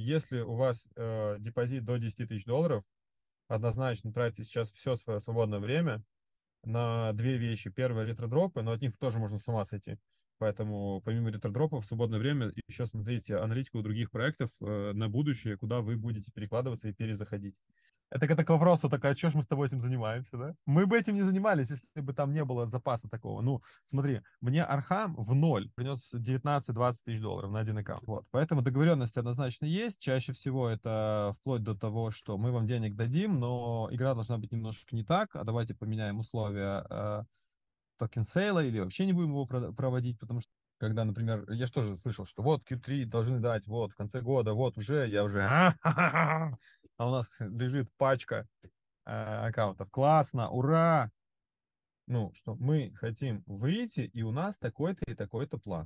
Если у вас депозит до 10 тысяч долларов, однозначно тратьте сейчас все свое свободное время на две вещи. Первое — ретродропы, но от них тоже можно с ума сойти. Поэтому помимо ретродропов в свободное время еще смотрите аналитику других проектов на будущее, куда вы будете перекладываться и перезаходить. Это к вопросу, так, а что ж мы с тобой этим занимаемся, да? Мы бы этим не занимались, если бы там не было запаса такого. Ну, смотри, мне Архам в ноль принес 19-20 тысяч долларов на один аккаунт. Вот. Поэтому договоренности однозначно есть. Чаще всего это вплоть до того, что мы вам денег дадим, но игра должна быть немножко не так, а давайте поменяем условия токен сейла или вообще не будем его проводить, потому что когда, например, я же тоже слышал, что вот Q3 должны дать, вот в конце года, вот уже, я уже, а у нас лежит пачка аккаунтов. Классно, ура! Ну, что мы хотим выйти, и у нас такой-то и такой-то план.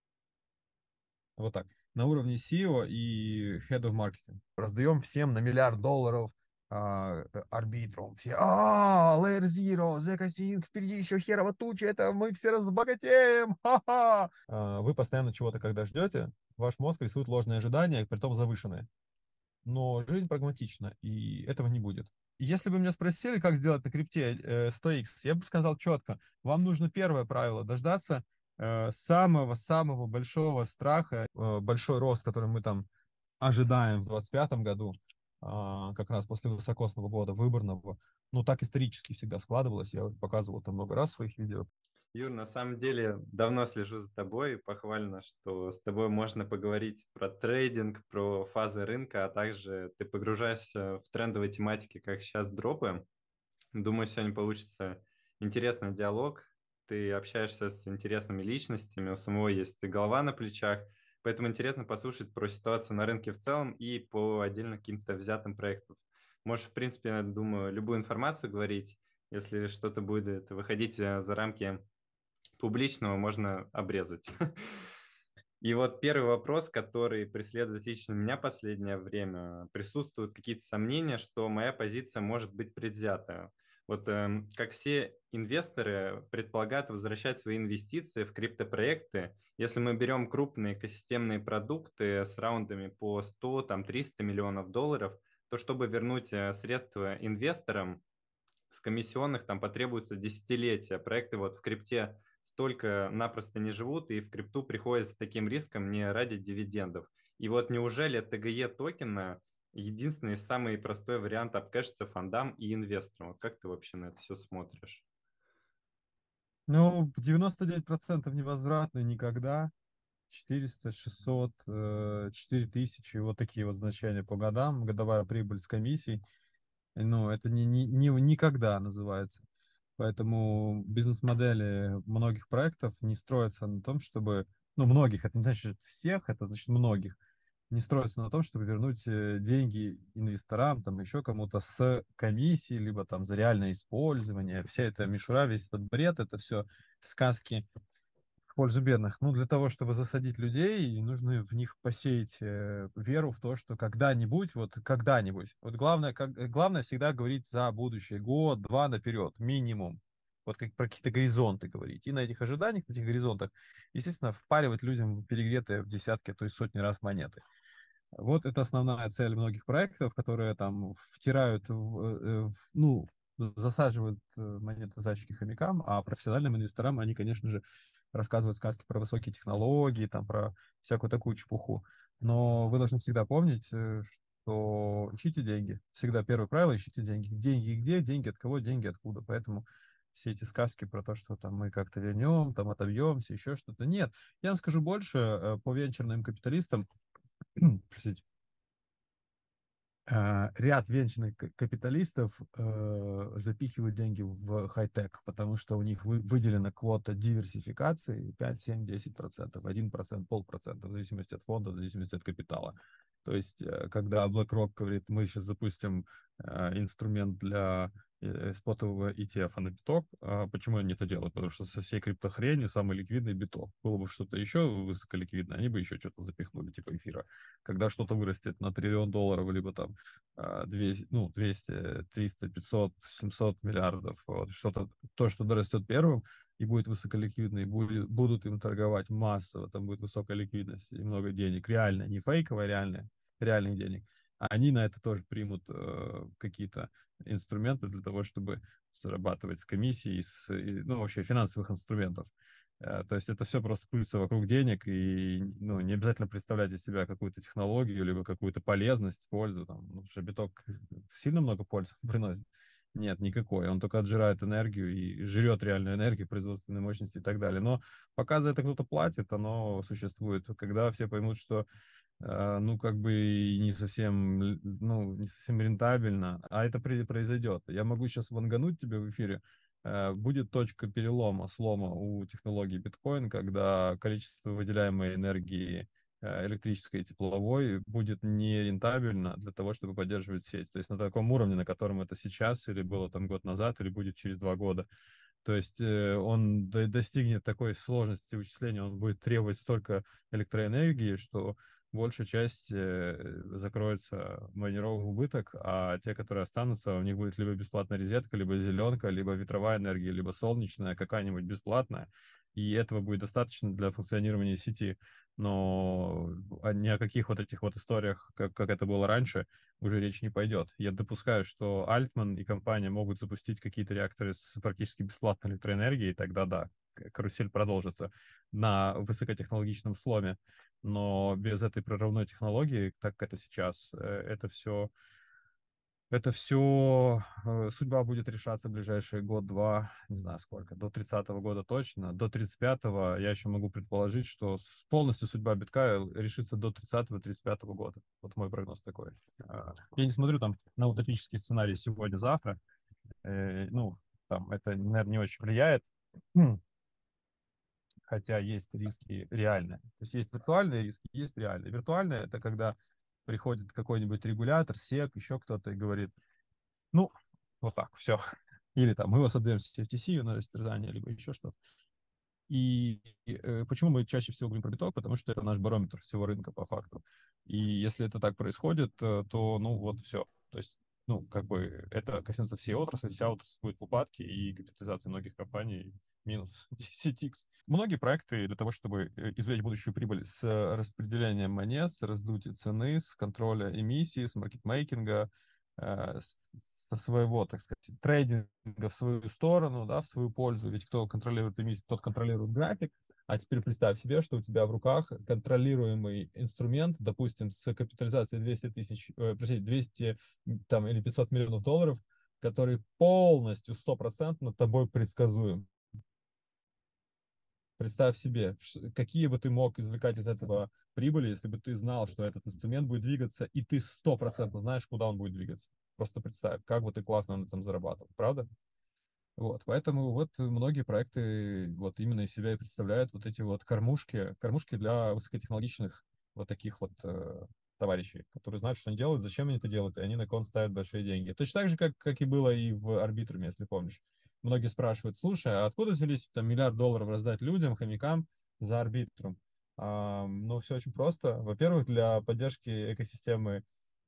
Вот так. На уровне SEO и Head of Marketing. Раздаем всем на миллиард долларов арбитрум. Все, Layer Zero, Zeka Sync, впереди еще херова туча, это мы все разбогатеем, ха-ха. Вы постоянно чего-то, когда ждете, ваш мозг рисует ложные ожидания, притом завышенные. Но жизнь прагматична, и этого не будет. И если бы меня спросили, как сделать на крипте 100x, я бы сказал четко, вам нужно первое правило — дождаться самого-самого большого страха, большой рост, который мы там ожидаем в 2025 году, как раз после высокосного года выборного. Ну, так исторически всегда складывалось, я показывал это много раз в своих видео. Юр, на самом деле давно слежу за тобой. Похвально, что с тобой можно поговорить про трейдинг, про фазы рынка, а также ты погружаешься в трендовые тематики, как сейчас дропы. Думаю, сегодня получится интересный диалог. Ты общаешься с интересными личностями, у самого есть голова на плечах, поэтому интересно послушать про ситуацию на рынке в целом и по отдельно каким-то взятым проектам. Можешь, в принципе, думаю, любую информацию говорить. Если что-то будет выходить за рамки публичного, можно обрезать. И вот первый вопрос, который преследует лично меня последнее время. Присутствуют какие-то сомнения, что моя позиция может быть предвзята. Вот как все инвесторы предполагают возвращать свои инвестиции в криптопроекты, если мы берем крупные экосистемные продукты с раундами по 100, там, 300 миллионов долларов, то чтобы вернуть средства инвесторам, с комиссионных там потребуется десятилетия. Проекты вот в крипте столько напросто не живут, и в крипту приходят с таким риском не ради дивидендов. И вот неужели ТГЕ токена единственный самый простой вариант обкэшиться фондам и инвесторам? Вот как ты вообще на это все смотришь? Ну, 99% невозвратно никогда. 400, 600, 4000, вот такие вот значения по годам, годовая прибыль с комиссией. Ну, это никогда называется. Поэтому бизнес-модели многих проектов не строятся на том, чтобы, ну, многих, это не значит всех, это значит многих, не строятся на том, чтобы вернуть деньги инвесторам, там, еще кому-то с комиссией, либо там за реальное использование. Вся эта мишура, весь этот бред, это все сказки в пользу бедных. Ну, для того, чтобы засадить людей, нужно в них посеять веру в то, что когда-нибудь, вот когда-нибудь. Вот главное, главное всегда говорить за будущее. Год, два наперед, минимум. Вот как про какие-то горизонты говорить. И на этих ожиданиях, на этих горизонтах, естественно, впаривать людям перегретые в десятки, то есть сотни раз монеты. Вот это основная цель многих проектов, которые там втирают, ну, засаживают монеты зайчики хомякам, а профессиональным инвесторам они, конечно же, рассказывают сказки про высокие технологии, там, про всякую такую чепуху. Но вы должны всегда помнить, что ищите деньги. Всегда первое правило — ищите деньги. Деньги где, деньги от кого, деньги откуда. Поэтому все эти сказки про то, что там мы как-то вернем, там отобьемся, еще что-то. Нет, я вам скажу больше, по венчурным капиталистам, простите, ряд венчурных капиталистов запихивают деньги в хай-тек, потому что у них выделена квота диверсификации 5, 7, 10%, 1%, полпроцента, в зависимости от фонда, в зависимости от капитала. То есть, когда BlackRock говорит, мы сейчас запустим инструмент для спотового ETF на биток, почему они это делают? Потому что со всей криптохрени самый ликвидный биток. Было бы что-то еще высоколиквидное, они бы еще что-то запихнули, типа эфира. Когда что-то вырастет на триллион долларов, либо там 200, ну, 200, 300, 500, 700 миллиардов, вот, что-то, то, что дорастет первым и будет высоколиквидно, и будут им торговать массово, там будет высокая ликвидность и много денег, реально, не фейковая, реальная. реальных денег, они на это тоже примут какие-то инструменты для того, чтобы зарабатывать с комиссией, ну, вообще финансовых инструментов. То есть это все просто крутится вокруг денег, и ну, не обязательно представлять из себя какую-то технологию, либо какую-то полезность, пользу. Там, ну, потому что биток сильно много пользы приносит. Нет, никакой. Он только отжирает энергию и жрет реальную энергию, производственной мощности и так далее. Но пока за это кто-то платит, оно существует. Когда все поймут, что ну, как бы и не совсем, ну, не совсем рентабельно, а это произойдет. Я могу сейчас вангануть тебе в эфире. Будет точка перелома, слома у технологии биткоин, когда количество выделяемой энергии электрической и тепловой будет нерентабельно для того, чтобы поддерживать сеть. То есть на таком уровне, на котором это сейчас, или было там год назад, или будет через 2 года. То есть он достигнет такой сложности вычисления, он будет требовать столько электроэнергии, что большая часть закроется майнеров в убыток, а те, которые останутся, у них будет либо бесплатная розетка, либо зеленка, либо ветровая энергия, либо солнечная, какая-нибудь бесплатная. И этого будет достаточно для функционирования сети. Но ни о каких вот этих вот историях, как это было раньше, уже речь не пойдет. Я допускаю, что Альтман и компания могут запустить какие-то реакторы с практически бесплатной электроэнергией, и тогда да, карусель продолжится на высокотехнологичном сломе. Но без этой прорывной технологии, так как это сейчас, это все судьба будет решаться в ближайшие год-два, не знаю сколько, до 30-го года точно. До 35-го я еще могу предположить, что полностью судьба битка решится до 30-35-го года. Вот мой прогноз такой. Я не смотрю там на утопический сценарий сегодня-завтра. Ну, там это, наверное, не очень влияет. Хотя есть риски реальные. То есть есть виртуальные риски, есть реальные. Виртуальные — это когда приходит какой-нибудь регулятор, СЕК, еще кто-то и говорит, ну, вот так, все. Или там мы вас отдаем CFTC на растерзание, либо еще что-то. И почему мы чаще всего говорим про биток? Потому что это наш барометр всего рынка по факту. И если это так происходит, то, ну, вот все. То есть, ну, как бы это коснется всей отрасли, вся отрасль будет в упадке, и капитализация многих компаний минус 10x. Многие проекты для того, чтобы извлечь будущую прибыль с распределением монет, с раздутия цены, с контроля эмиссии, с маркетмейкинга, со своего, так сказать, трейдинга в свою сторону, да, в свою пользу. Ведь кто контролирует эмиссию, тот контролирует график. А теперь представь себе, что у тебя в руках контролируемый инструмент, допустим, с капитализацией 200 тысяч, простите, 200 там, или 500 миллионов долларов, который полностью, стопроцентно тобой предсказуем. Представь себе, какие бы ты мог извлекать из этого прибыли, если бы ты знал, что этот инструмент будет двигаться, и ты стопроцентно знаешь, куда он будет двигаться. Просто представь, как бы ты классно на этом зарабатывал, правда? Вот, поэтому вот многие проекты вот именно из себя и представляют вот эти вот кормушки для высокотехнологичных вот таких вот товарищей, которые знают, что они делают, зачем они это делают, и они на кон ставят большие деньги. Точно так же, как и было и в Арбитруме, если помнишь. Многие спрашивают, слушай, а откуда взялись там $1 миллиард раздать людям, хомякам за Арбитрум? Ну, все очень просто. Во-первых, для поддержки экосистемы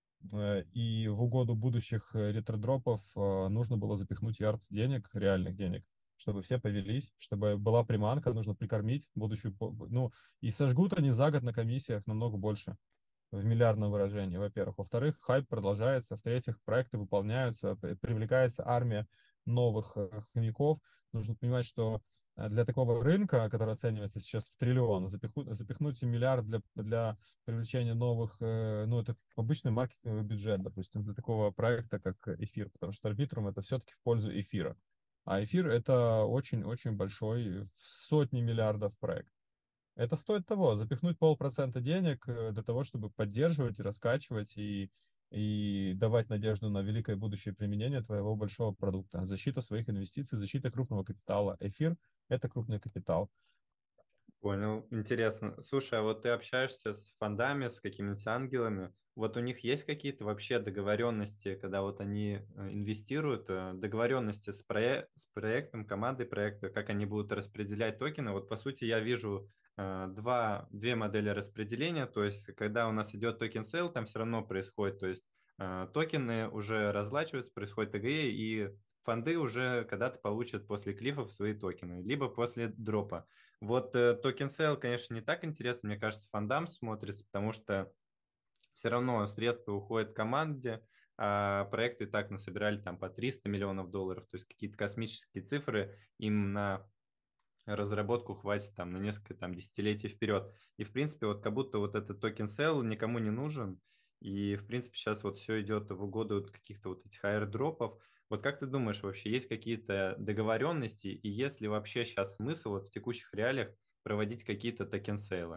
и в угоду будущих ретродропов нужно было запихнуть ярд денег, реальных денег, чтобы все повелись, чтобы была приманка, нужно прикормить будущую... Ну, и сожгут они за год на комиссиях намного больше в миллиардном выражении, во-первых. Во-вторых, хайп продолжается. В-третьих, проекты выполняются, привлекается армия новых хомяков. Нужно понимать, что для такого рынка, который оценивается сейчас в триллион, запихнуть миллиард для привлечения новых, ну, это обычный маркетинговый бюджет, допустим, для такого проекта, как эфир, потому что арбитрум это все-таки в пользу эфира. А эфир это очень-очень большой, в сотни миллиардов проект. Это стоит того, запихнуть 0,5% денег для того, чтобы поддерживать и раскачивать и давать надежду на великое будущее применение твоего большого продукта. Защита своих инвестиций, защита крупного капитала. Эфир — это крупный капитал. Понял, интересно. Слушай, а вот ты общаешься с фондами, с какими-нибудь ангелами, вот у них есть какие-то вообще договоренности, когда вот они инвестируют, договоренности с проектом, командой проекта, как они будут распределять токены? Вот по сути я вижу две модели распределения, то есть когда у нас идет токен сейл, там все равно происходит, то есть токены уже разлачиваются, происходит ТГЕ, и фонды уже когда-то получат после клифов свои токены, либо после дропа. Вот токен сейл, конечно, не так интересно, мне кажется, фондам смотрится, потому что все равно средства уходят команде, а проекты и так насобирали там по 300 миллионов долларов, то есть какие-то космические цифры им на разработку хватит там на несколько там десятилетий вперед. И в принципе вот как будто вот этот токен sell никому не нужен. И в принципе сейчас вот все идет в угоду вот каких-то вот этих аирдропов. Вот как ты думаешь, вообще есть какие-то договоренности и есть ли вообще сейчас смысл вот в текущих реалиях проводить какие-то токен сейлы?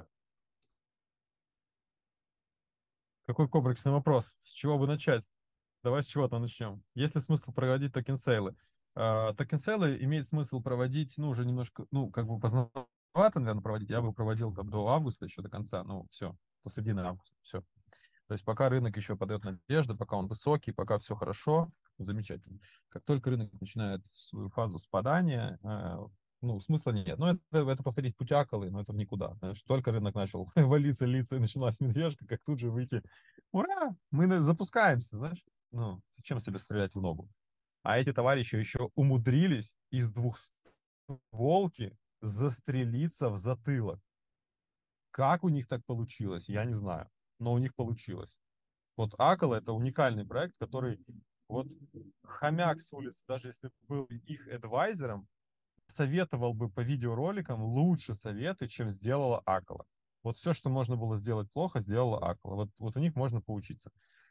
Какой комплексный вопрос? С чего бы начать? Давай с чего-то начнем. Есть ли смысл проводить токен-сейлы? Токен-сейлы имеет смысл проводить, ну, уже немножко, ну, как бы поздновато, наверное, проводить. Я бы проводил там до августа, еще до конца, ну, все, до середины августа, все. То есть пока рынок еще подает надежды, пока он высокий, пока все хорошо, замечательно. Как только рынок начинает свою фазу спадания, ну, смысла нет. Ну, это повторить путяколы, но это в никуда. Знаешь, только рынок начал валиться, литься, и началась медвежка, как тут же выйти. Ура! Мы запускаемся, знаешь? Ну, зачем себе стрелять в ногу? А эти товарищи еще умудрились из двухстволки застрелиться в затылок. Как у них так получилось, я не знаю. Но у них получилось. Вот Акала — это уникальный проект, который вот хомяк с улицы, даже если был их адвайзером, советовал бы по видеороликам лучше советы, чем сделала Акала. Вот все, что можно было сделать плохо, сделала Акала. Вот у них можно поучиться.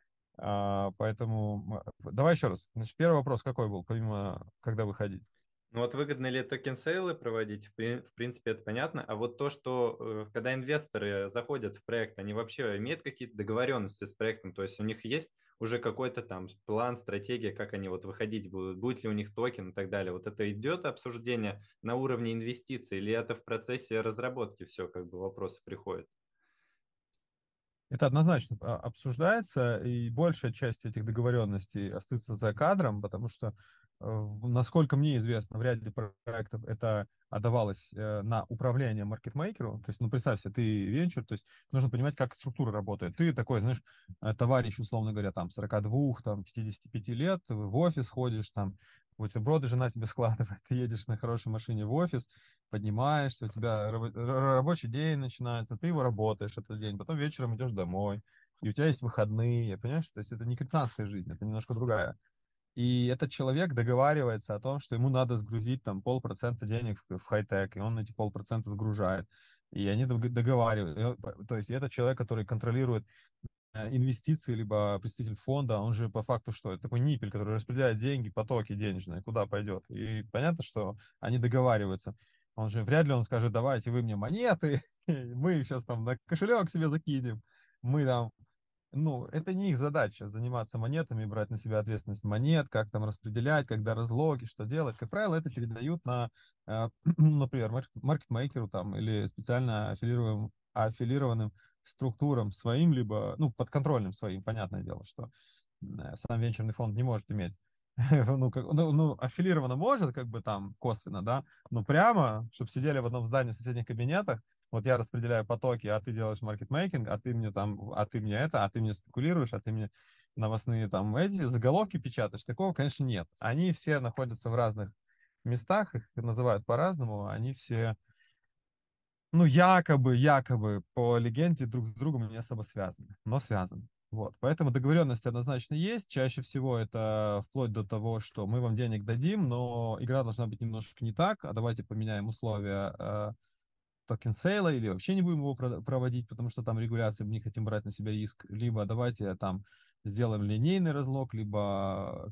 Поэтому давай еще раз. Значит, первый вопрос какой был, помимо когда выходить? Ну вот выгодно ли токен сейлы проводить, в принципе, это понятно. А вот то, что когда инвесторы заходят в проект, они вообще имеют какие-то договоренности с проектом, то есть у них есть уже какой-то там план, стратегия, как они вот выходить будут, будет ли у них токен и так далее. Вот это идет обсуждение на уровне инвестиций или это в процессе разработки все, как бы вопросы приходят? Это однозначно обсуждается, и большая часть этих договоренностей остается за кадром, потому что, насколько мне известно, в ряде проектов это отдавалось на управление маркетмейкеру. То есть, ну, представь себе, ты венчур, то есть нужно понимать, как структура работает. Ты такой, знаешь, товарищ, условно говоря, там, 42, там, 55 лет, в офис ходишь, там, бутерброды жена тебе складывает, ты едешь на хорошей машине в офис, поднимаешься, у тебя рабочий день начинается, ты его работаешь этот день, потом вечером идешь домой, и у тебя есть выходные, понимаешь? То есть это не крестьянская жизнь, это немножко другая. И этот человек договаривается о том, что ему надо сгрузить там 0,5% денег в хай-тек, и он эти 0,5% сгружает. И они договаривают. То есть это человек, который контролирует инвестиции, либо представитель фонда, он же по факту что? Это такой ниппель, который распределяет деньги, потоки денежные, куда пойдет. И понятно, что они договариваются. Он же вряд ли он скажет, давайте вы мне монеты, мы их сейчас там на кошелек себе закинем, мы там, ну, это не их задача заниматься монетами, брать на себя ответственность монет, как там распределять, когда разлоги, что делать. Как правило, это передают на, например, маркетмейкеру там или специально аффилированным структурам своим, либо, ну, подконтрольным своим, понятное дело, что сам венчурный фонд не может иметь. Ну, аффилированно может, как бы там косвенно, да, но прямо, чтобы сидели в одном здании в соседних кабинетах, вот я распределяю потоки, а ты делаешь маркетмейкинг, а ты мне там, а ты мне это, а ты мне спекулируешь, а ты мне новостные там эти заголовки печатаешь. Такого, конечно, нет. Они все находятся в разных местах, их называют по-разному, они все, ну, якобы, по легенде, друг с другом не особо связаны, но связаны. Вот, поэтому договоренности однозначно есть. Чаще всего это вплоть до того, что мы вам денег дадим, но игра должна быть немножко не так, а давайте поменяем условия токен сейла или вообще не будем его проводить, потому что там регуляции, не хотим брать на себя риск, либо давайте там сделаем линейный разлог, либо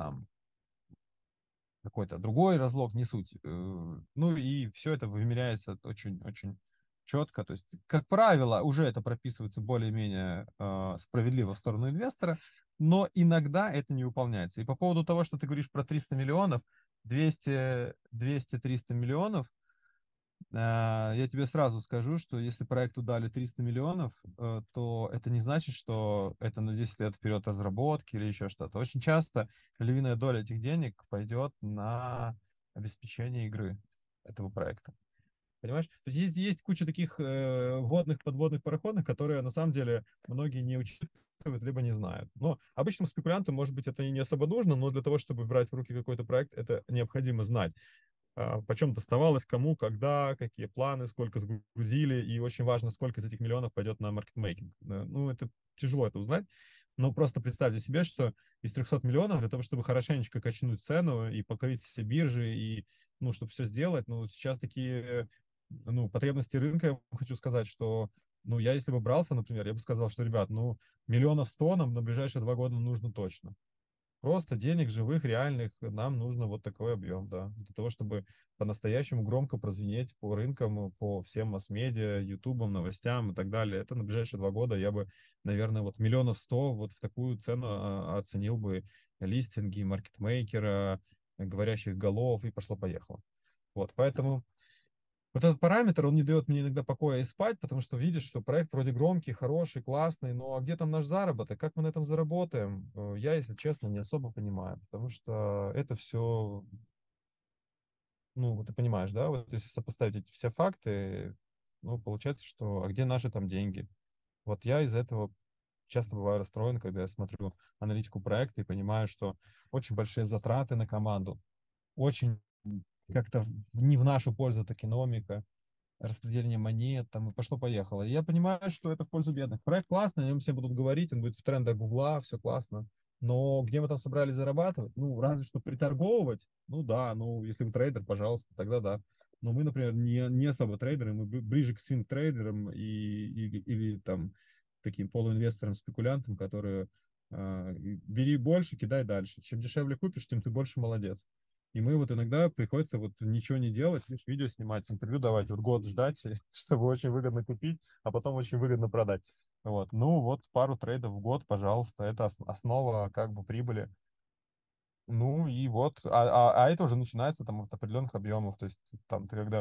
какой-то другой разлог, не суть. Ну и все это вымеряется очень-очень четко. То есть, как правило, уже это прописывается более-менее справедливо в сторону инвестора, но иногда это не выполняется. И по поводу того, что ты говоришь про 300 миллионов, 200-300 миллионов, я тебе сразу скажу, что если проекту дали 300 миллионов, то это не значит, что это на 10 лет вперед разработки или еще что-то. Очень часто львиная доля этих денег пойдет на обеспечение игры этого проекта. Понимаешь? То есть есть куча таких водных, подводных пароходов, которые на самом деле многие не учитывают, либо не знают. Но обычным спекулянтам, может быть, это и не особо нужно, но для того, чтобы брать в руки какой-то проект, это необходимо знать. почем доставалось кому, когда, какие планы, сколько сгрузили, и очень важно, сколько из этих миллионов пойдет на маркетмейкинг. Ну, это тяжело это узнать, но просто представьте себе, что из 300 миллионов для того, чтобы хорошенечко качнуть цену и покрыть все биржи, и, ну, чтобы все сделать, ну, сейчас такие, ну, потребности рынка, я вам хочу сказать, что, ну, я если бы брался, например, я бы сказал, что, ребят, ну, миллионов 100 нам на ближайшие 2 года нужно точно. Просто денег живых, реальных, нам нужно вот такой объем, да, для того, чтобы по-настоящему громко прозвенеть по рынкам, по всем масс-медиа, ютубам, новостям и так далее. Это на ближайшие 2 года я бы, наверное, вот миллионов 100 вот в такую цену оценил бы листинги, маркетмейкера, говорящих голов и пошло-поехало. Вот, поэтому вот этот параметр, он не дает мне иногда покоя и спать, потому что видишь, что проект вроде громкий, хороший, классный, но а где там наш заработок? Как мы на этом заработаем? Я, если честно, не особо понимаю, потому что это все, ну, вот ты понимаешь, да, вот если сопоставить эти все факты, ну, получается, что а где наши там деньги? Вот я из-за этого часто бываю расстроен, когда я смотрю аналитику проекта и понимаю, что очень большие затраты на команду, очень как-то не в нашу пользу токеномика, распределение монет, там, и пошло-поехало. И я понимаю, что это в пользу бедных. Проект классный, о нем все будут говорить, он будет в трендах Гугла, все классно. Но где мы там собрались зарабатывать? Ну, разве что приторговывать. Ну да, ну, если вы трейдер, пожалуйста, тогда да. Но мы, например, не особо трейдеры, мы ближе к свинг-трейдерам или там таким полуинвесторам, спекулянтам, которые бери больше, кидай дальше. Чем дешевле купишь, тем ты больше молодец. И мы вот иногда приходится вот ничего не делать, лишь видео снимать, интервью давать, вот год ждать, чтобы очень выгодно купить, а потом очень выгодно продать. Вот. Ну вот пару трейдов в год, пожалуйста, это основа как бы прибыли. Ну и вот, а это уже начинается там от определенных объемов, то есть там ты когда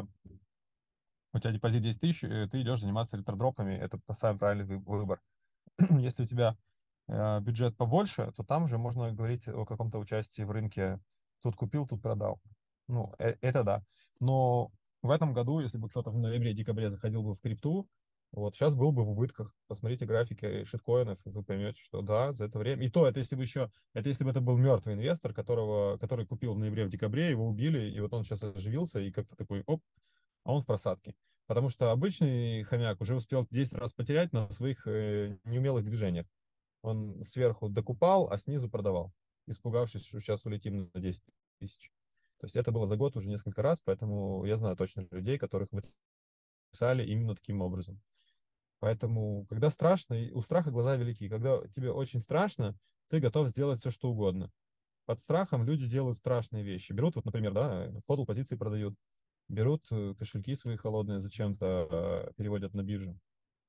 у тебя депозит 10 тысяч, ты идешь заниматься ретродропами, это самый правильный выбор. Если у тебя бюджет побольше, то там уже можно говорить о каком-то участии в рынке. Тут купил, тут продал. Ну, это да. Но в этом году, если бы кто-то в ноябре-декабре заходил бы в крипту, вот сейчас был бы в убытках. Посмотрите графики шиткоинов, и вы поймете, что да, за это время. И то, это если бы еще, это если бы это был мертвый инвестор, который купил в ноябре, в декабре, его убили, и вот он сейчас оживился, и как-то такой, оп, а он в просадке. Потому что обычный хомяк уже успел 10 раз потерять на своих неумелых движениях. Он сверху докупал, а снизу продавал, испугавшись, что сейчас улетим на 10 тысяч. То есть это было за год уже несколько раз, поэтому я знаю точно людей, которых выписали именно таким образом. Поэтому, когда страшно, у страха глаза велики. Когда тебе очень страшно, ты готов сделать все, что угодно. Под страхом люди делают страшные вещи. Берут, вот, например, да, ходл позиции продают, берут кошельки свои холодные, зачем-то переводят на биржу.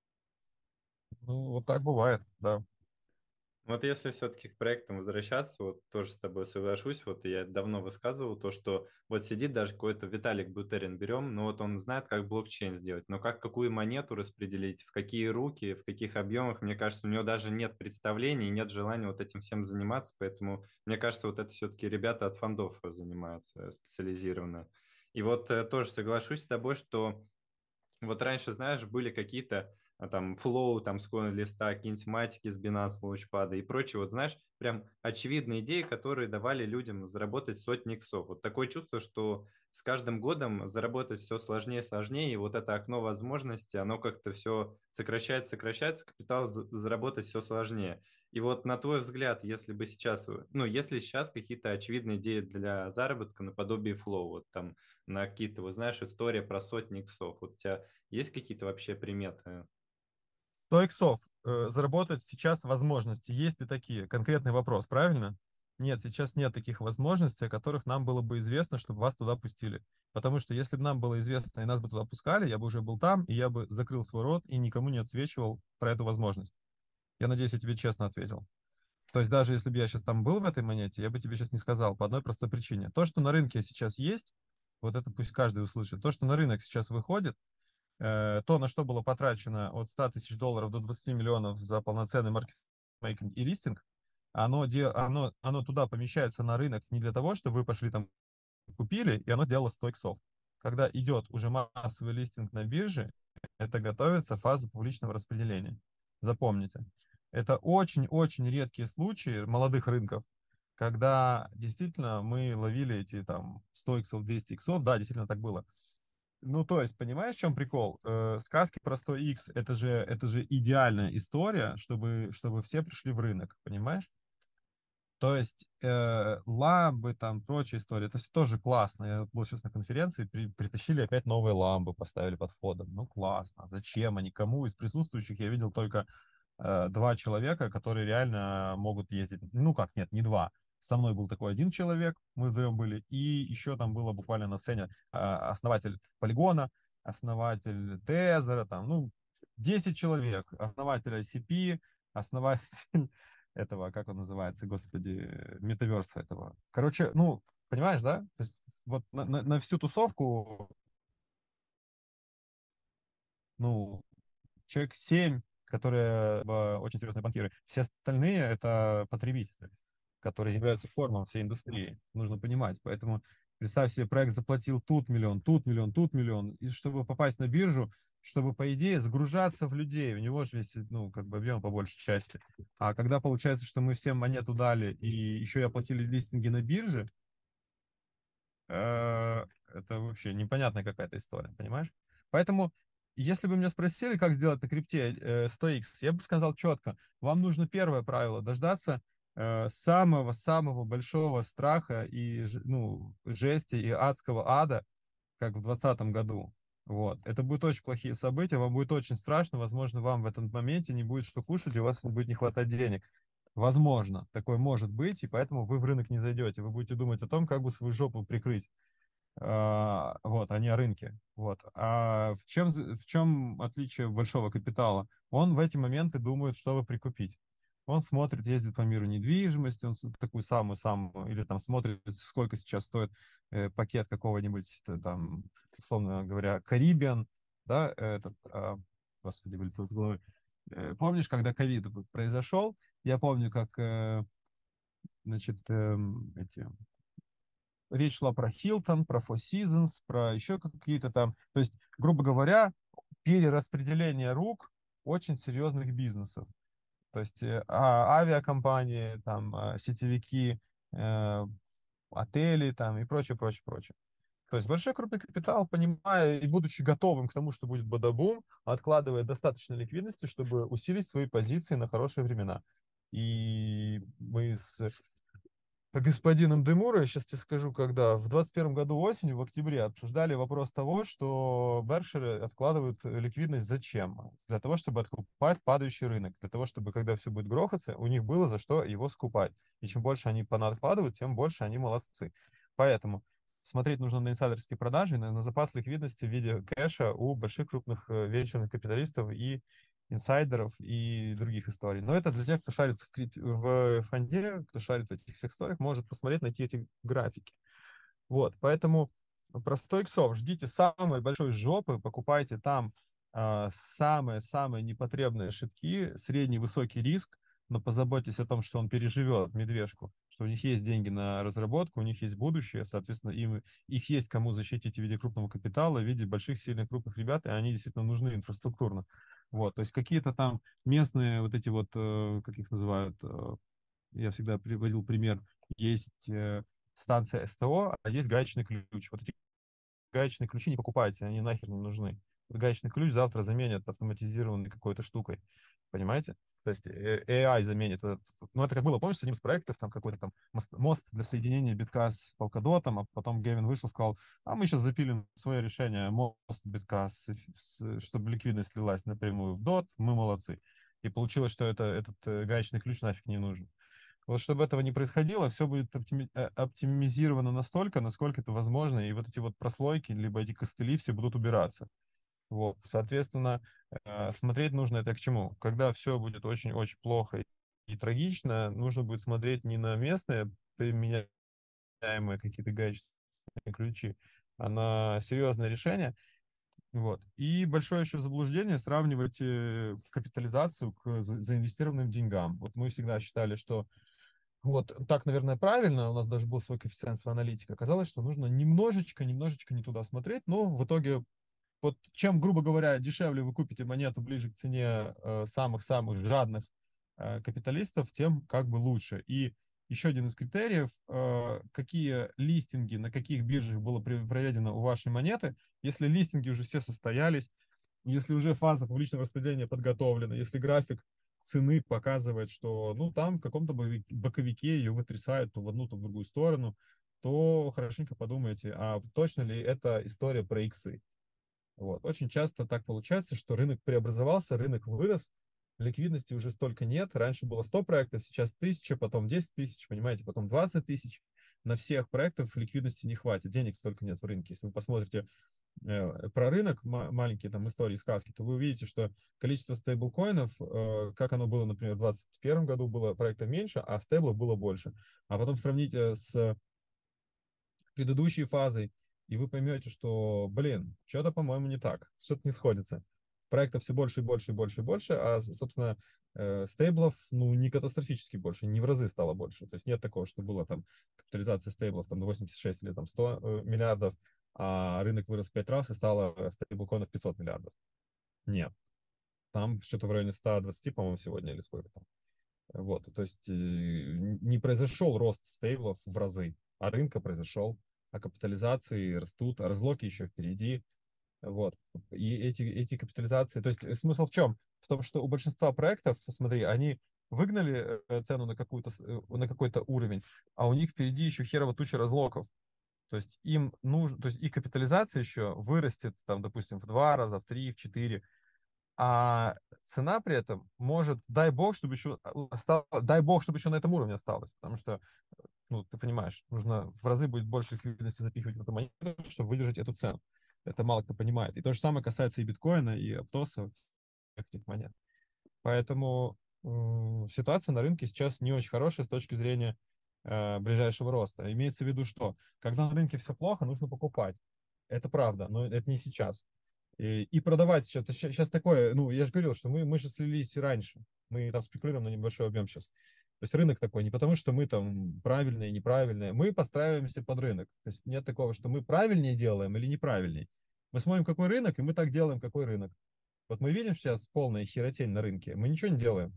Ну, вот так бывает, да. Вот если все-таки к проектам возвращаться, вот тоже с тобой соглашусь, вот я давно высказывал то, что вот сидит даже какой-то Виталик Бутерин берем, но вот он знает, как блокчейн сделать, но как какую монету распределить, в какие руки, в каких объемах, мне кажется, у него даже нет представлений, нет желания вот этим всем заниматься, поэтому мне кажется, вот это все-таки ребята от фондов занимаются специализированно. И вот тоже соглашусь с тобой, что вот раньше, знаешь, были какие-то там флоу, там с листа, какие-нибудь матики с Binance Launchpad и прочее. Вот знаешь, прям очевидные идеи, которые давали людям заработать сотни иксов. Вот такое чувство, что с каждым годом заработать все сложнее и сложнее, и вот это окно возможностей, оно как-то все сокращается, сокращается, капитал заработать все сложнее. И вот на твой взгляд, если бы сейчас, ну, если сейчас какие-то очевидные идеи для заработка наподобие флоу, вот там на какие-то, вот знаешь, история про сотни иксов, вот у тебя есть какие-то вообще приметы? 100 иксов. Заработать сейчас возможности. Есть ли такие? Конкретный вопрос, правильно? Нет, сейчас нет таких возможностей, о которых нам было бы известно, чтобы вас туда пустили. Потому что если бы нам было известно и нас бы туда пускали, я бы уже был там, и я бы закрыл свой рот и никому не отсвечивал про эту возможность. Я надеюсь, я тебе честно ответил. То есть даже если бы я сейчас там был в этой монете, я бы тебе сейчас не сказал по одной простой причине. То, что на рынке сейчас есть, вот это пусть каждый услышит, то, что на рынок сейчас выходит, то, на что было потрачено от 100 тысяч долларов до 20 миллионов за полноценный маркетинг и листинг, оно туда помещается на рынок не для того, чтобы вы пошли там купили, и оно сделало 100 иксов. Когда идет уже массовый листинг на бирже, это готовится фаза публичного распределения. Запомните. Это очень-очень редкие случаи молодых рынков, когда действительно мы ловили эти там 100 иксов, 200 иксов, да, действительно так было. Ну, то есть, понимаешь, в чем прикол? Сказки про 100 икс это же идеальная история, чтобы все пришли в рынок, понимаешь? То есть ламбы, там, прочая история, это все тоже классно. Я вот был сейчас на конференции, притащили опять новые ламбы, поставили под входом. Ну, классно. Зачем они? Кому из присутствующих я видел только два человека, которые реально могут ездить. Ну, как, нет, не два. Со мной был такой один человек, мы вдвоем были, и еще там было буквально на сцене основатель Полигона, основатель Тезера, там, ну, 10 человек, основатель ICP, основатель этого, как он называется, господи, метаверса этого. Короче, ну, понимаешь, да? То есть вот на всю тусовку, ну, человек 7, которые очень серьезные банкиры. Все остальные — это потребители, которые являются формом всей индустрии. Нужно понимать. Поэтому представь себе, проект заплатил тут миллион, тут миллион, тут миллион. И чтобы попасть на биржу, чтобы, по идее, загружаться в людей, у него же весь, ну, как бы объем по большей части. А когда получается, что мы всем монету дали, и еще и оплатили листинги на бирже, это вообще непонятная какая-то история, понимаешь? Поэтому, если бы меня спросили, как сделать на крипте 100x, я бы сказал четко, вам нужно первое правило — дождаться самого-самого большого страха и, ну, жести и адского ада, как в 2020 году. Вот. Это будут очень плохие события, вам будет очень страшно, возможно, вам в этом моменте не будет что кушать, и у вас будет не хватать денег. Возможно, такое может быть, и поэтому вы в рынок не зайдете. Вы будете думать о том, как бы свою жопу прикрыть. Вот, а не о рынке. Вот. А в чем отличие большого капитала? Он в эти моменты думает, что вы прикупить. Он смотрит, ездит по миру недвижимости, он такую самую-самую, или там смотрит, сколько сейчас стоит пакет какого-нибудь там, условно говоря, Caribbean, да, этот, господи, вылетел с головы. Помнишь, когда ковид произошел, я помню, как, значит, эти речь шла про Hilton, про Four Seasons, про еще какие-то там. То есть, грубо говоря, перераспределение рук очень серьезных бизнесов. То есть авиакомпании, там, сетевики, э, отели там и прочее, прочее, прочее. То есть большой крупный капитал, понимая и будучи готовым к тому, что будет бадабум, откладывая достаточно ликвидности, чтобы усилить свои позиции на хорошие времена. И мы с господином Демура, я сейчас тебе скажу, когда в 21 году осенью, в октябре, обсуждали вопрос того, что беркширы откладывают ликвидность зачем? Для того, чтобы откупать падающий рынок, для того, чтобы, когда все будет грохаться, у них было за что его скупать. И чем больше они понадкладывают, тем больше они молодцы. Поэтому смотреть нужно на инсайдерские продажи, на запас ликвидности в виде кэша у больших крупных венчурных капиталистов и инсайдеров и других историй. Но это для тех, кто шарит в фонде, кто шарит в этих всех историях, может посмотреть, найти эти графики. Вот, поэтому простой иксов, ждите самой большой жопы, покупайте там самые-самые непотребные шитки, средний высокий риск, но позаботьтесь о том, что он переживет медвежку, что у них есть деньги на разработку, у них есть будущее, соответственно, их есть кому защитить в виде крупного капитала, в виде больших, сильных, крупных ребят, и они действительно нужны инфраструктурно. Вот, то есть какие-то там местные вот эти вот, как их называют, я всегда приводил пример, есть станция СТО, а есть гаечный ключ. Вот эти гаечные ключи не покупайте, они нахер не нужны. Вот гаечный ключ завтра заменят автоматизированной какой-то штукой. Понимаете? То есть AI заменит этот. Ну, это как было, помнишь, с одним из проектов, там какой-то там мост для соединения битка с Polkadot, а потом Гевин вышел, сказал, а мы сейчас запилим свое решение, мост битка, чтобы ликвидность слилась напрямую в DOT, мы молодцы. И получилось, что этот гаечный ключ нафиг не нужен. Вот чтобы этого не происходило, все будет оптимизировано настолько, насколько это возможно, и вот эти вот прослойки, либо эти костыли все будут убираться. Вот, соответственно, смотреть нужно это к чему? Когда все будет очень-очень плохо и трагично, нужно будет смотреть не на местные применяемые какие-то гаечные ключи, а на серьезное решение. Вот. И большое еще заблуждение сравнивать капитализацию к заинвестированным деньгам. Вот мы всегда считали, что вот так, наверное, правильно. У нас даже был свой коэффициент своей аналитики. Оказалось, что нужно немножечко не туда смотреть. Но в итоге, вот чем, грубо говоря, дешевле вы купите монету ближе к цене самых-самых жадных капиталистов, тем как бы лучше. И еще один из критериев, какие листинги, на каких биржах было проведено у вашей монеты. Если листинги уже все состоялись, если уже фаза публичного распределения подготовлена, если график цены показывает, что ну там в каком-то боковике ее вытрясают то в одну, то в другую сторону, то хорошенько подумайте, а точно ли это история про иксы. Вот. Очень часто так получается, что рынок преобразовался, рынок вырос, ликвидности уже столько нет. Раньше было 100 проектов, сейчас 1000, потом 10 тысяч, понимаете, потом 20 тысяч. На всех проектов ликвидности не хватит, денег столько нет в рынке. Если вы посмотрите про рынок, маленькие там истории, сказки, то вы увидите, что количество стейблкоинов, как оно было, например, в 2021 году, было проектов меньше, а стейблов было больше. А потом сравните с предыдущей фазой, и вы поймете, что, блин, что-то, по-моему, не так, что-то не сходится. Проектов все больше и больше и больше и больше, а, собственно, стейблов, ну, не катастрофически больше, не в разы стало больше. То есть нет такого, что было там капитализация стейблов там 86 или там 100 миллиардов, а рынок вырос в 5 раз и стало стейблкоинов 500 миллиардов. Нет. Там что-то в районе 120, по-моему, сегодня или сколько там. Вот, то есть не произошел рост стейблов в разы, а рынка произошел, а капитализации растут, а разлоки еще впереди. Вот. И эти капитализации, то есть смысл в чем? В том, что у большинства проектов, смотри, они выгнали цену на, на какой-то уровень, а у них впереди еще херово туча разлоков. То есть им нужно, то есть и капитализация еще вырастет, там, допустим, в 2 раза, в 3, в 4, а цена при этом может, дай бог, чтобы еще дай бог, чтобы еще на этом уровне осталось, потому что, ну, ты понимаешь, нужно в разы будет больше ликвидности запихивать в эту монету, чтобы выдержать эту цену. Это мало кто понимает. И то же самое касается и биткоина, и Аптоса, этих монет. Поэтому ситуация на рынке сейчас не очень хорошая с точки зрения ближайшего роста. Имеется в виду, что когда на рынке все плохо, нужно покупать. Это правда, но это не сейчас. И продавать сейчас. Сейчас такое, ну, я же говорил, что мы же слились раньше. Мы там спекулируем на небольшой объем сейчас. То есть рынок такой, не потому что мы там правильные, неправильные, мы подстраиваемся под рынок. То есть нет такого, что мы правильнее делаем или неправильнее. Мы смотрим, какой рынок, и мы так делаем, какой рынок. Вот мы видим сейчас полная херотень на рынке, мы ничего не делаем.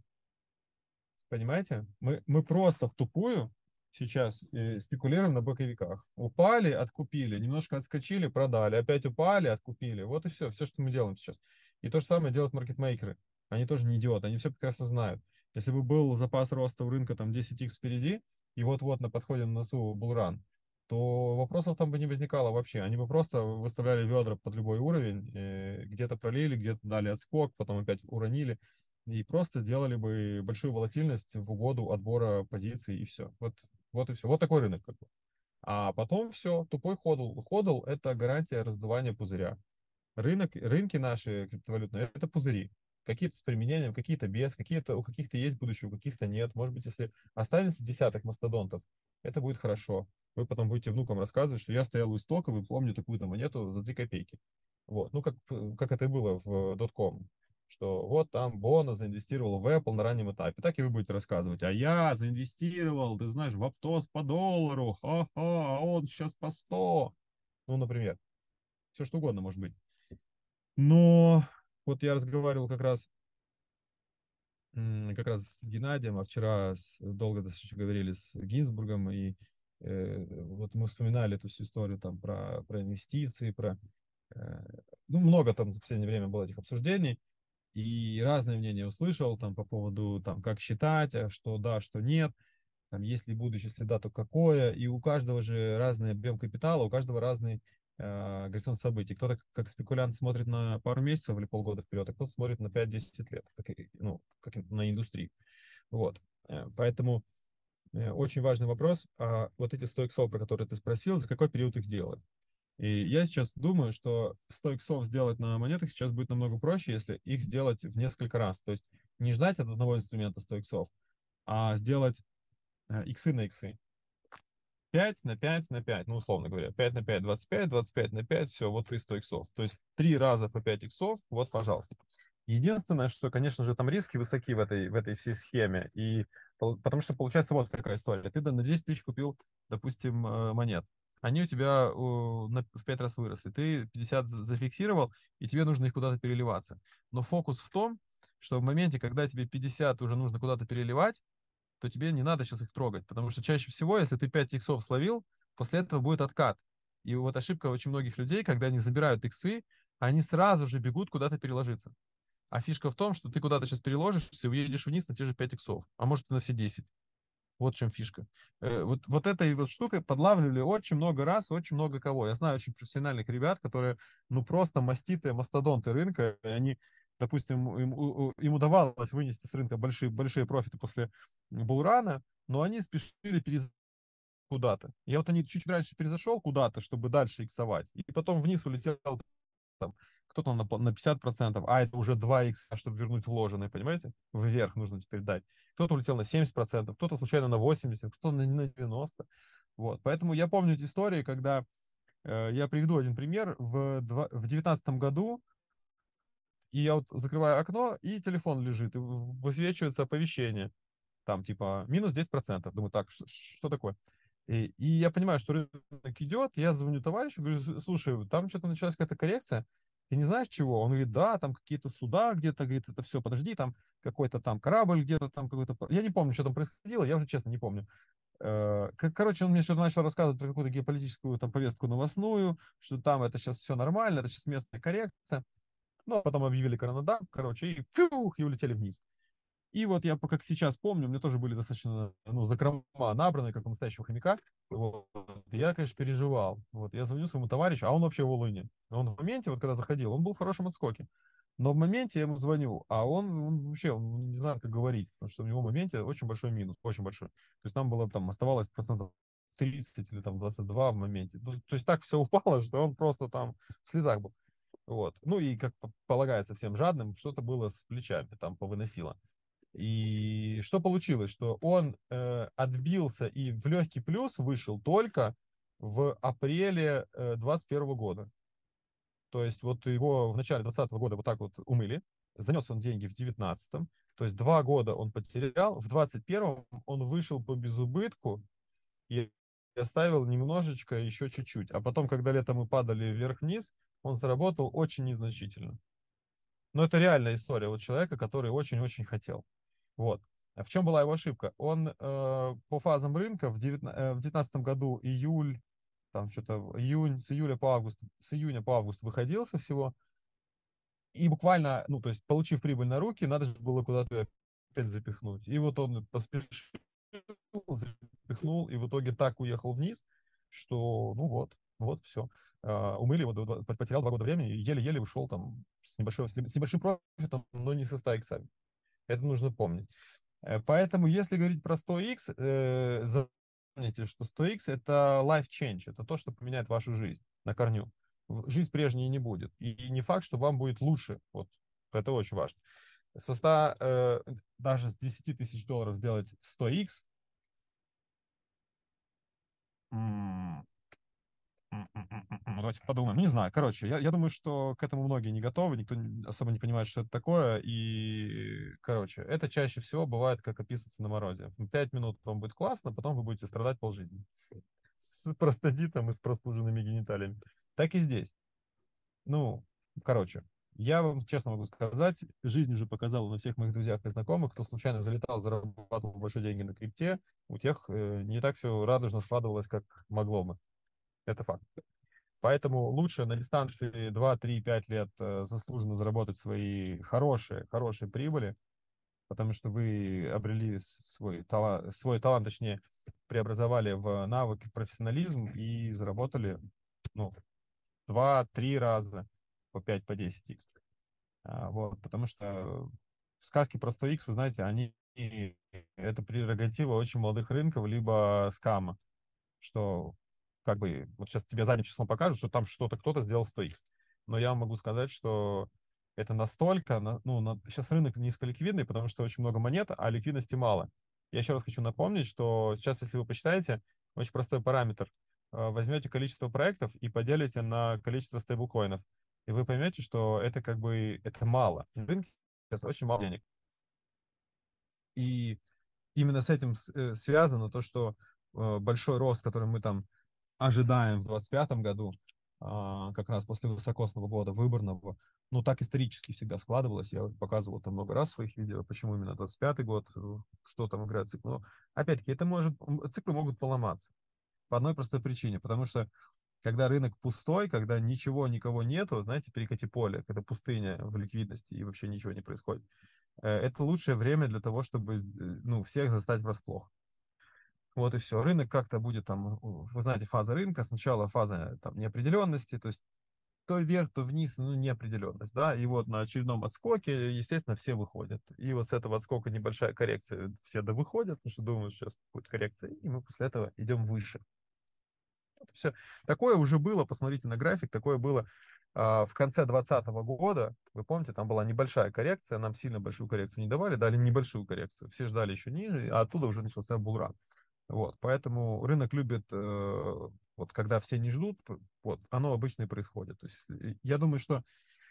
Понимаете? Мы просто в тупую сейчас спекулируем на боковиках. Упали, откупили, немножко отскочили, продали, опять упали, откупили. Вот и все, все, что мы делаем сейчас. И то же самое делают маркетмейкеры. Они тоже не идиоты, они все прекрасно знают. Если бы был запас роста у рынка там 10x впереди, и вот-вот на подходе на носу булран, то вопросов там бы не возникало вообще. Они бы просто выставляли ведра под любой уровень, где-то пролили, где-то дали отскок, потом опять уронили и просто делали бы большую волатильность в угоду отбора позиций и все. Вот и все. Вот такой рынок как бы. А потом все, тупой ходл. Ходл — это гарантия раздувания пузыря. Рынки наши криптовалютные — это пузыри. Какие-то с применением, какие-то без, какие-то у каких-то есть будущее, у каких-то нет. Может быть, если останется десяток мастодонтов, это будет хорошо. Вы потом будете внукам рассказывать, что я стоял у истока, вы помню такую-то монету за 3 копейки. Вот. Ну, как это и было в дотком, что вот там Бона заинвестировал в Apple на раннем этапе. Так и вы будете рассказывать. А я заинвестировал, ты знаешь, в Аптос по доллару, ха-ха, а он сейчас по 100. Ну, например. Все что угодно может быть. Но вот я разговаривал как раз с Геннадием, а вчера долго достаточно говорили с Гинзбургом, и вот мы вспоминали эту всю историю там про инвестиции, э, ну, много там за последнее время было этих обсуждений, и разные мнения услышал там по поводу там, как считать, что да, что нет, там, есть ли будущее, если да, то какое, и у каждого же разный объем капитала, у каждого разный горизонт событий. Кто-то как спекулянт смотрит на пару месяцев или полгода вперед, а кто-то смотрит на 5-10 лет, ну, как на индустрию. Вот. Поэтому очень важный вопрос. Вот эти 100 иксов, про которые ты спросил, за какой период их сделать? И я сейчас думаю, что 100 иксов сделать на монетах сейчас будет намного проще, если их сделать в несколько раз. То есть не ждать от одного инструмента 100 иксов, а сделать иксы на иксы. 5 на 5 на 5, ну, условно говоря, 5 на 5, 25, 25 на 5, все, вот и 100 иксов. То есть 3 раза по 5 иксов, вот, пожалуйста. Единственное, что, конечно же, там риски высоки в этой всей схеме, и потому что получается вот какая история. Ты на 10 тысяч купил, допустим, монет, они у тебя в 5 раз выросли, ты 50 зафиксировал, и тебе нужно их куда-то переливаться. Но фокус в том, что в моменте, когда тебе 50 уже нужно куда-то переливать, то тебе не надо сейчас их трогать, потому что чаще всего, если ты 5 иксов словил, после этого будет откат. И вот ошибка очень многих людей, когда они забирают иксы, они сразу же бегут куда-то переложиться. А фишка в том, что ты куда-то сейчас переложишься и уедешь вниз на те же 5 иксов, а может и на все 10. Вот в чем фишка. Вот этой вот штукой подлавливали очень много раз, очень много кого. Я знаю очень профессиональных ребят, которые, ну, просто маститые мастодонты рынка, и они, допустим, им удавалось вынести с рынка большие профиты после булрана, но они спешили перезайти куда-то. Я вот они чуть раньше перезашел куда-то, чтобы дальше иксовать, и потом вниз улетел там, кто-то на 50%, а это уже 2 икса, чтобы вернуть вложенное, понимаете? Вверх нужно теперь дать. Кто-то улетел на 70%, кто-то случайно на 80%, кто-то на 90%. Вот. Поэтому я помню эти истории, когда я приведу один пример. В 2019 году, и я вот закрываю окно, и телефон лежит, и высвечивается оповещение. Там типа минус 10%. Думаю, так, что такое? И я понимаю, что рынок идет, я звоню товарищу, говорю, слушай, там что-то началась какая-то коррекция, ты не знаешь чего? Он говорит, да, там какие-то суда где-то, говорит, это все, подожди, там какой-то там корабль где-то там какой-то... Я не помню, что там происходило, я уже честно не помню. Короче, он мне что-то начал рассказывать про какую-то геополитическую там повестку новостную, что там это сейчас все нормально, это сейчас местная коррекция. Ну, а потом объявили коронадам, короче, и фюх, и улетели вниз. И вот я, как сейчас помню, у меня тоже были достаточно, ну, закрома набраны, как у настоящего хомяка. Вот. Я, конечно, переживал. Вот. Я звоню своему товарищу, а он вообще в Волыне. Он в моменте, вот когда заходил, он был в хорошем отскоке. Но в моменте я ему звоню, а он вообще он не знает, как говорить, потому что у него в моменте очень большой минус, очень большой. То есть там было, там оставалось процентов 30 или там 22 в моменте. То есть так все упало, что он просто там в слезах был. Вот. Ну и, как полагается всем жадным, что-то было с плечами, там повыносило. И что получилось? Что он отбился и в легкий плюс вышел только в апреле 2021 года. То есть вот его в начале 2020 года вот так вот умыли, занес он деньги в 19-м, то есть 2 года он потерял, в 21-м он вышел по безубытку и оставил немножечко, еще чуть-чуть. А потом, когда летом мы падали вверх-вниз, он заработал очень незначительно. Но это реальная история вот человека, который очень-очень хотел. Вот. А в чем была его ошибка? Он по фазам рынка в 2019 году июль, там что-то июнь, с июня по август выходился всего, и буквально, ну, то есть, получив прибыль на руки, надо же было куда-то её опять запихнуть. И вот он поспешил, запихнул, и в итоге так уехал вниз, что, ну вот все. Умыли, вот, потерял 2 года времени, и еле-еле ушел там с небольшим профитом, но не со 100 иксами. Это нужно помнить. Поэтому, если говорить про 100x, запомните, что 100x это life change, это то, что поменяет вашу жизнь на корню. Жизнь прежней не будет. И не факт, что вам будет лучше. Вот это очень важно. Со 100, даже с 10 тысяч долларов сделать 100x, давайте подумаем. Не знаю. Короче, я думаю, что к этому многие не готовы, никто особо не понимает, что это такое. И, короче, это чаще всего бывает, как описывается на морозе. В 5 минут вам будет классно, потом вы будете страдать полжизни. С простатитом и с простуженными гениталиями. Так и здесь. Ну, короче, я вам честно могу сказать, жизнь уже показала на всех моих друзьях и знакомых, кто случайно залетал, зарабатывал большие деньги на крипте, у тех не так все радужно складывалось, как могло бы. Это факт. Поэтому лучше на дистанции 2, 3, 5 лет заслуженно заработать свои хорошие прибыли, потому что вы обрели свой талант, точнее, преобразовали в навык и профессионализм и заработали, ну, 2-3 раза по 5, по 10 икс. Вот, потому что сказки про 100 икс, вы знаете, они это прерогатива очень молодых рынков, либо скама, что как бы вот сейчас тебе задним числом покажут, что там что-то кто-то сделал 100x. Но я вам могу сказать, что это настолько, сейчас рынок низколиквидный, потому что очень много монет, а ликвидности мало. Я еще раз хочу напомнить, что сейчас, если вы посчитаете, очень простой параметр. Возьмете количество проектов и поделите на количество стейблкоинов. И вы поймете, что это как бы это мало. На рынке сейчас очень мало денег. И именно с этим связано то, что большой рост, который мы там ожидаем в 2025 году, как раз после высокосного года выборного. Ну, так исторически всегда складывалось. Я показывал там много раз в своих видео, почему именно 25-й год, что там играет цикл. Но, опять-таки, циклы могут поломаться по одной простой причине, потому что когда рынок пустой, когда ничего, никого нету, знаете, перекати поле, когда пустыня в ликвидности и вообще ничего не происходит, это лучшее время для того, чтобы ну, всех застать врасплох. Вот и все. Рынок как-то будет там, вы знаете, фаза рынка. Сначала фаза там неопределенности, то есть то вверх, то вниз, ну, неопределенность, да, и вот на очередном отскоке, естественно, все выходят. И вот с этого отскока небольшая коррекция, все выходят, потому что думают, что сейчас будет коррекция, и мы после этого идем выше. Вот все. Такое уже было, посмотрите на график, такое было в конце 2020 года. Вы помните, там была небольшая коррекция, нам сильно большую коррекцию не давали, дали небольшую коррекцию. Все ждали еще ниже, а оттуда уже начался булран. Вот, поэтому рынок любит, вот когда все не ждут, вот, оно обычно и происходит. То есть я думаю, что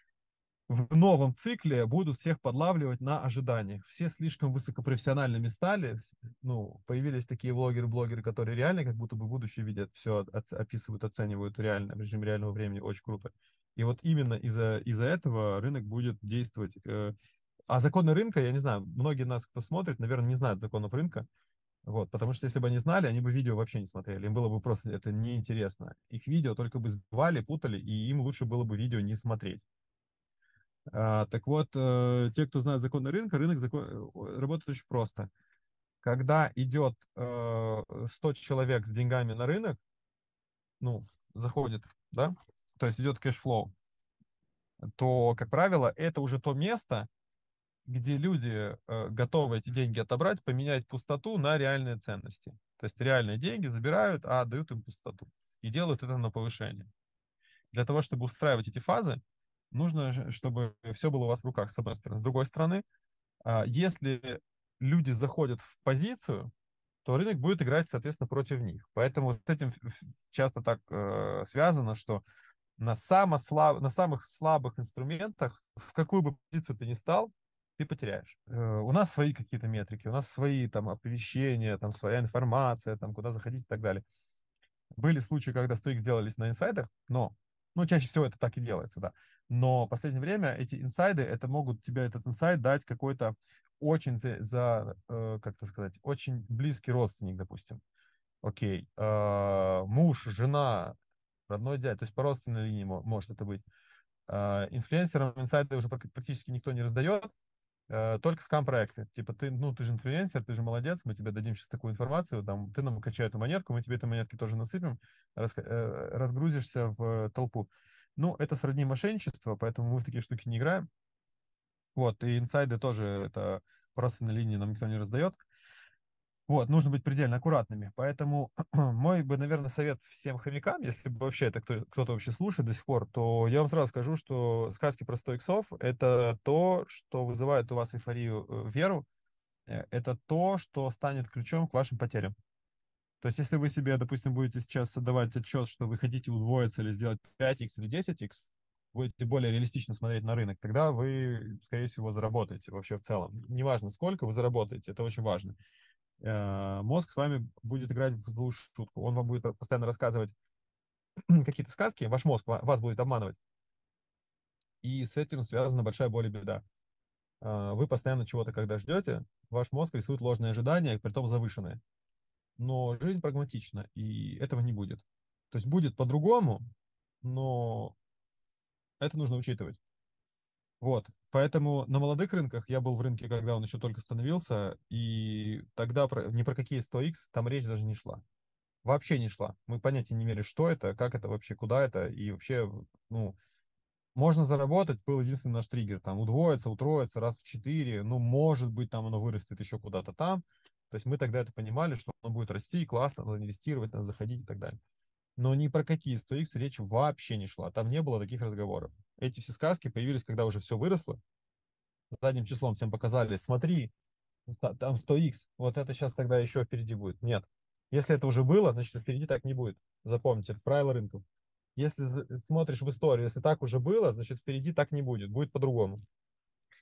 в новом цикле будут всех подлавливать на ожиданиях. Все слишком высокопрофессиональными стали. Ну, появились такие блогеры, которые реально как будто бы будущее видят, все описывают, оценивают реально, в режиме реального времени. Очень круто. И вот именно из-за этого рынок будет действовать. А законы рынка, я не знаю, многие нас, кто смотрит, наверное, не знают законов рынка. Вот, потому что если бы они знали, они бы видео вообще не смотрели. Им было бы просто это неинтересно. Их видео только бы сбивали, путали, и им лучше было бы видео не смотреть. Так вот, те, кто знает законы рынка, работает очень просто. Когда идет 100 человек с деньгами на рынок, ну, заходит, да, то есть идет кэшфлоу, то, как правило, это уже то место, где люди готовы эти деньги отобрать, поменять пустоту на реальные ценности. То есть реальные деньги забирают, а отдают им пустоту. И делают это на повышение. Для того, чтобы устраивать эти фазы, нужно, чтобы все было у вас в руках, с одной стороны. С другой стороны, если люди заходят в позицию, то рынок будет играть, соответственно, против них. Поэтому с этим часто так связано, что на самых слабых инструментах, в какую бы позицию ты ни стал, ты потеряешь. У нас свои какие-то метрики, у нас свои там оповещения, там своя информация, там куда заходить и так далее. Были случаи, когда стоик сделались на инсайдах, но, ну, чаще всего это так и делается, да. Но в последнее время эти инсайды, это могут тебе этот инсайд дать какой-то очень как это сказать, очень близкий родственник, допустим. Окей, муж, жена, родной дядя, то есть по родственной линии может это быть. Инфлюенсерам инсайды уже практически никто не раздает, только скам-проекты. Типа ты же инфлюенсер, ты же молодец, мы тебе дадим сейчас такую информацию, там, ты нам качай эту монетку, мы тебе этой монетки тоже насыпем, разгрузишься в толпу. Ну, это сродни мошенничества, поэтому мы в такие штуки не играем. Вот, и инсайды тоже, это по родственной линии нам никто не раздает. Вот, нужно быть предельно аккуратными. Поэтому мой бы, наверное, совет всем хомякам, если бы вообще это кто-то вообще слушает до сих пор, то я вам сразу скажу, что сказки про 100 иксов — это то, что вызывает у вас эйфорию, веру, это то, что станет ключом к вашим потерям. То есть если вы себе, допустим, будете сейчас отдавать отчет, что вы хотите удвоиться или сделать 5x или 10x, будете более реалистично смотреть на рынок, тогда вы, скорее всего, заработаете вообще в целом. Неважно, сколько вы заработаете, это очень важно. Мозг с вами будет играть в злую шутку. Он вам будет постоянно рассказывать какие-то сказки, ваш мозг вас будет обманывать. И с этим связана большая боль и беда. Вы постоянно чего-то, когда ждете, ваш мозг рисует ложные ожидания, притом завышенные. Но жизнь прагматична, и этого не будет. То есть будет по-другому, но это нужно учитывать. Вот. Поэтому на молодых рынках я был в рынке, когда он еще только становился, и тогда ни про какие 100x там речь даже не шла. Вообще не шла. Мы понятия не имели, что это, как это вообще, куда это, и вообще, ну, можно заработать, был единственный наш триггер, там, удвоиться, утроиться раз в 4, ну, может быть, там оно вырастет еще куда-то там. То есть мы тогда это понимали, что оно будет расти, классно, надо инвестировать, надо заходить и так далее. Но ни про какие 100x речь вообще не шла, там не было таких разговоров. Эти все сказки появились, когда уже все выросло, задним числом всем показали, смотри, там 100x, вот это сейчас тогда еще впереди будет. Нет. Если это уже было, значит, впереди так не будет. Запомните, это правило рынков. Если смотришь в историю, если так уже было, значит, впереди так не будет, будет по-другому.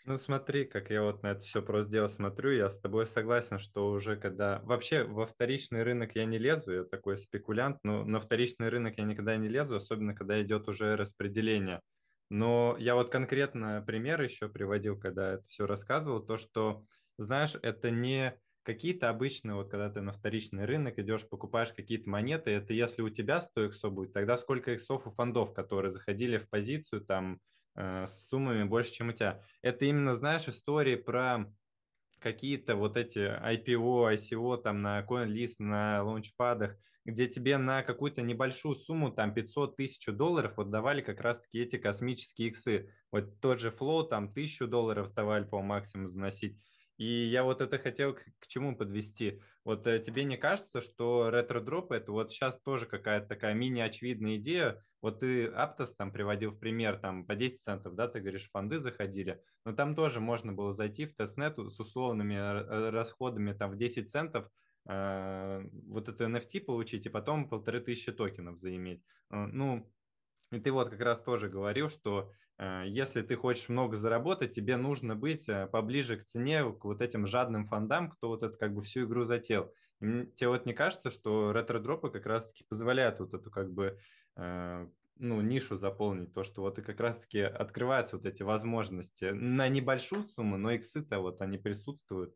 Ну, смотри, как я вот на это все просто дело смотрю, я с тобой согласен, что уже когда... Вообще во вторичный рынок я не лезу, я такой спекулянт, но на вторичный рынок я никогда не лезу, особенно когда идет уже распределение. Но я вот конкретно пример еще приводил, когда это все рассказывал, то, что, знаешь, это не какие-то обычные, вот когда ты на вторичный рынок идешь, покупаешь какие-то монеты, это если у тебя 100 иксов будет, тогда сколько иксов у фондов, которые заходили в позицию там с суммами больше, чем у тебя. Это именно, знаешь, истории про какие-то вот эти IPO, ICO там на CoinList, на лаунчпадах, где тебе на какую-то небольшую сумму, там 500 тысяч долларов, вот давали как раз-таки эти космические иксы. Вот тот же Flow, там 1000 долларов давали по максимуму заносить. И я вот это хотел к чему подвести. Вот тебе не кажется, что ретро-дроп это вот сейчас тоже какая-то такая мини-очевидная идея? Вот ты Aptos там приводил в пример, там по 10 центов, да, ты говоришь, фонды заходили. Но там тоже можно было зайти в тестнет с условными расходами там в 10 центов, вот это NFT получить и потом 1500 токенов заиметь. Ну, и ты вот как раз тоже говорил, что если ты хочешь много заработать, тебе нужно быть поближе к цене, к вот этим жадным фондам, кто вот это как бы всю игру затеял. Тебе вот не кажется, что ретро-дропы как раз-таки позволяют вот эту как бы ну, нишу заполнить, то, что вот и как раз-таки открываются вот эти возможности на небольшую сумму, но иксы-то вот они присутствуют.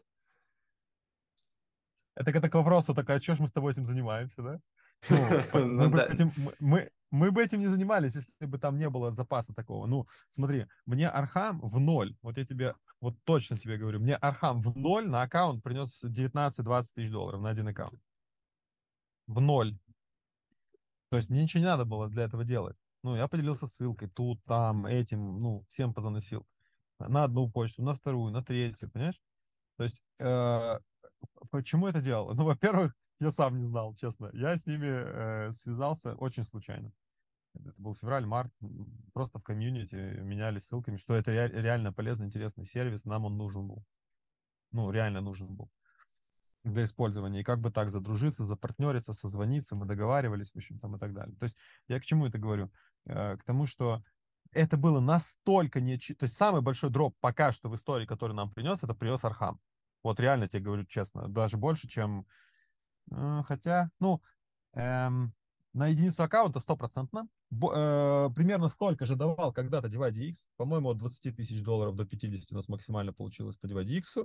Это к вопросу такая, что ж мы с тобой этим занимаемся, да? Ну, Ну да, мы бы этим не занимались, если бы там не было запаса такого. Ну, смотри, мне Архам в ноль, вот я тебе, вот точно тебе говорю, мне Архам в ноль на аккаунт принес 19-20 тысяч долларов на один аккаунт. В ноль. То есть мне ничего не надо было для этого делать. Ну, я поделился ссылкой тут, там, этим, ну, всем позаносил. На одну почту, на вторую, на третью, понимаешь? То есть, почему это делал? Ну, во-первых, я сам не знал, честно. Я с ними связался очень случайно. Это был февраль, март, просто в комьюнити менялись ссылками, что это реально полезный, интересный сервис, нам он нужен был. Ну, реально нужен был для использования. И как бы так задружиться, запартнериться, созвониться, мы договаривались, в общем, там и так далее. То есть я к чему это говорю? К тому, что это было настолько не... То есть самый большой дроп пока что в истории, который нам принес, это принес Архам. Вот реально тебе говорю честно, даже больше, чем... хотя, ну, эм, на единицу аккаунта стопроцентно. Примерно столько же давал когда-то DivideX. По-моему, от 20 тысяч долларов до 50 у нас максимально получилось по DivideX.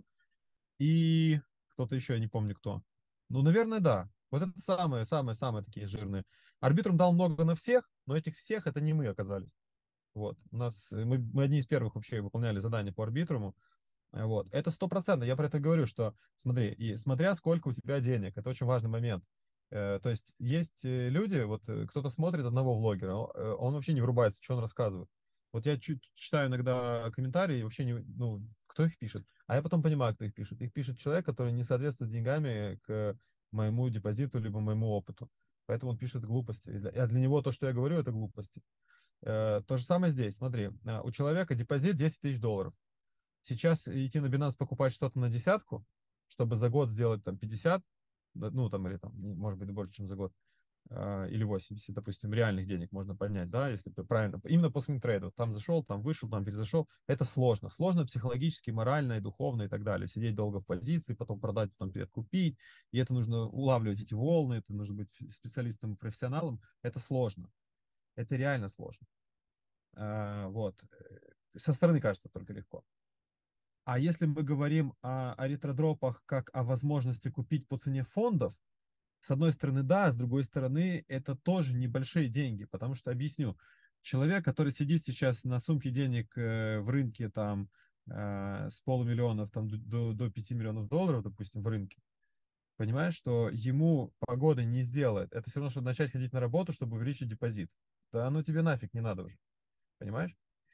И кто-то еще, я не помню кто. Ну, наверное, да. Вот это самые такие жирные. Арбитрум дал много на всех, но этих всех это не мы оказались. Вот. Мы одни из первых вообще выполняли задания по арбитруму. Вот. Это 100%. Я про это говорю, что смотри, и смотря сколько у тебя денег, это очень важный момент. То есть есть люди, вот кто-то смотрит одного влогера, он вообще не врубается, что он рассказывает. Вот я чуть читаю иногда комментарии, и вообще не, ну, кто их пишет, а я потом понимаю, кто их пишет. Их пишет человек, который не соответствует деньгами к моему депозиту, либо моему опыту. Поэтому он пишет глупости. А для него то, что я говорю, это глупости. То же самое здесь. Смотри, у человека депозит 10 тысяч долларов. Сейчас идти на Binance покупать что-то на десятку, чтобы за год сделать там 50, ну там или там, может быть, больше, чем за год, или 80, допустим, реальных денег можно поднять, да, если ты правильно, именно по свинг-трейду, там зашел, там вышел, там перезашел, это сложно. Сложно психологически, морально и духовно и так далее. Сидеть долго в позиции, потом продать, потом купить, и это нужно улавливать эти волны, это нужно быть специалистом и профессионалом, это сложно. Это реально сложно. Вот. Со стороны кажется только легко. А если мы говорим о ретродропах как о возможности купить по цене фондов, с одной стороны, да, с другой стороны, это тоже небольшие деньги, потому что, объясню, человек, который сидит сейчас на сумке денег в рынке там с полумиллионов там, до 5 миллионов долларов, допустим, в рынке, понимаешь, что ему погода не сделает. Это все равно, чтобы начать ходить на работу, чтобы увеличить депозит. Да оно тебе нафиг не надо уже, понимаешь?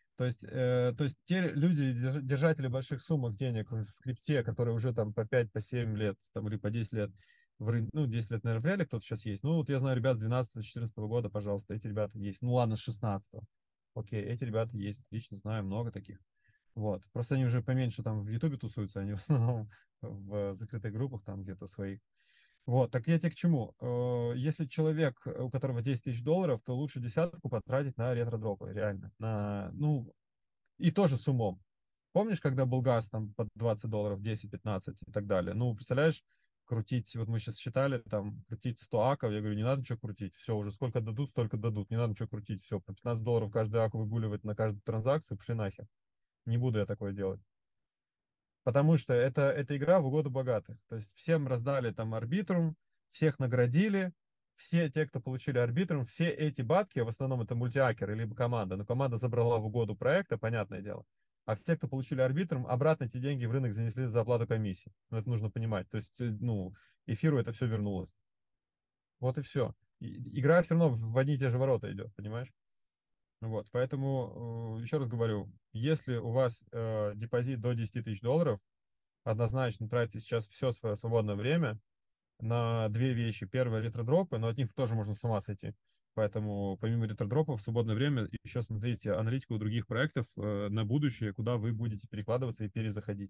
То есть те люди, держатели больших сумм денег в крипте, которые уже там по 5, по 7 лет, там, или по 10 лет, ну, 10 лет, наверное, в реале кто-то сейчас есть. Ну, вот я знаю ребят с 12-14 года, пожалуйста, эти ребята есть. Ну, ладно, с 16. Окей, эти ребята есть, лично знаю много таких. Вот. Просто они уже поменьше там в Ютубе тусуются, они в основном в закрытых группах там где-то своих. Вот, так я тебе к чему? Если человек, у которого 10 тысяч долларов, то лучше десятку потратить на ретро-дропы, реально. Ну, и тоже с умом. Помнишь, когда был газ там под $20, 10-15 и так далее? Ну, представляешь, крутить, вот мы сейчас считали, там, крутить 100 аков, я говорю, не надо ничего крутить, все, уже сколько дадут, столько дадут, не надо ничего крутить, все, по $15 каждый ак выгуливать на каждую транзакцию, пошли нахер. Не буду я такое делать. Потому что это игра в угоду богатых. То есть всем раздали там арбитрум, всех наградили, все те, кто получили арбитрум, все эти бабки, в основном это мультиакеры, либо команда, но команда забрала в угоду проекта, понятное дело. А все, кто получили арбитрум, обратно эти деньги в рынок занесли за оплату комиссии. Ну, это нужно понимать. То есть, ну, эфиру это все вернулось. Вот и все. Игра все равно в одни и те же ворота идет, понимаешь? Вот, поэтому, еще раз говорю, если у вас депозит до $10 000, однозначно тратьте сейчас все свое свободное время на две вещи. Первое — ретродропы, но от них тоже можно с ума сойти. Поэтому помимо ретродропов в свободное время еще смотрите аналитику других проектов на будущее, куда вы будете перекладываться и перезаходить.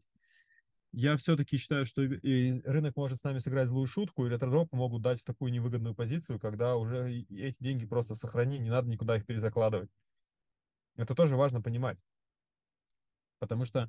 Я все-таки считаю, что и рынок может с нами сыграть злую шутку, и ретродропы могут дать в такую невыгодную позицию, когда уже эти деньги просто сохрани, не надо никуда их перезакладывать. Это тоже важно понимать. Потому что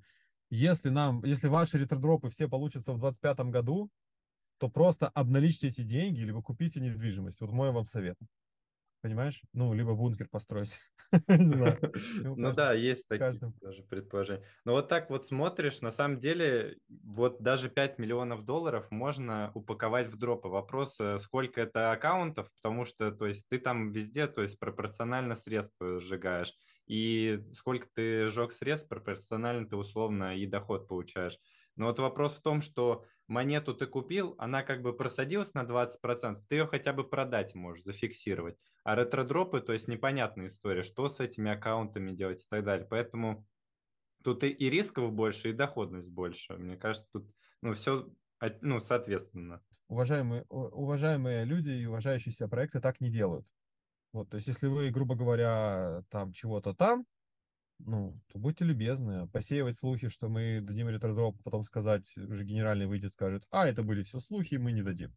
если ваши ретродропы все получатся в 2025 году, то просто обналичьте эти деньги, либо купите недвижимость. Вот мой вам совет. Понимаешь? Ну, либо бункер построить. Не знаю. Ну, Ну да, есть такие каждым. тоже предположения. Но вот так вот смотришь, на самом деле, вот даже 5 миллионов долларов можно упаковать в дропы. Вопрос, сколько это аккаунтов, потому что, то есть, ты там везде, то есть, пропорционально средства сжигаешь. И сколько ты сжег средств, пропорционально ты условно и доход получаешь. Но вот вопрос в том, что монету ты купил, она как бы просадилась на 20%, ты ее хотя бы продать можешь, зафиксировать. А ретродропы, то есть непонятная история, что с этими аккаунтами делать и так далее. Поэтому тут и рисков больше, и доходность больше. Мне кажется, тут ну, все ну, соответственно. Уважаемые люди и уважающиеся проекты так не делают. Вот, то есть, если вы, грубо говоря, там чего-то там, ну, то будьте любезны, посеивать слухи, что мы дадим ретродроп, потом сказать, уже генеральный выйдет, скажет, а, это были все слухи, мы не дадим.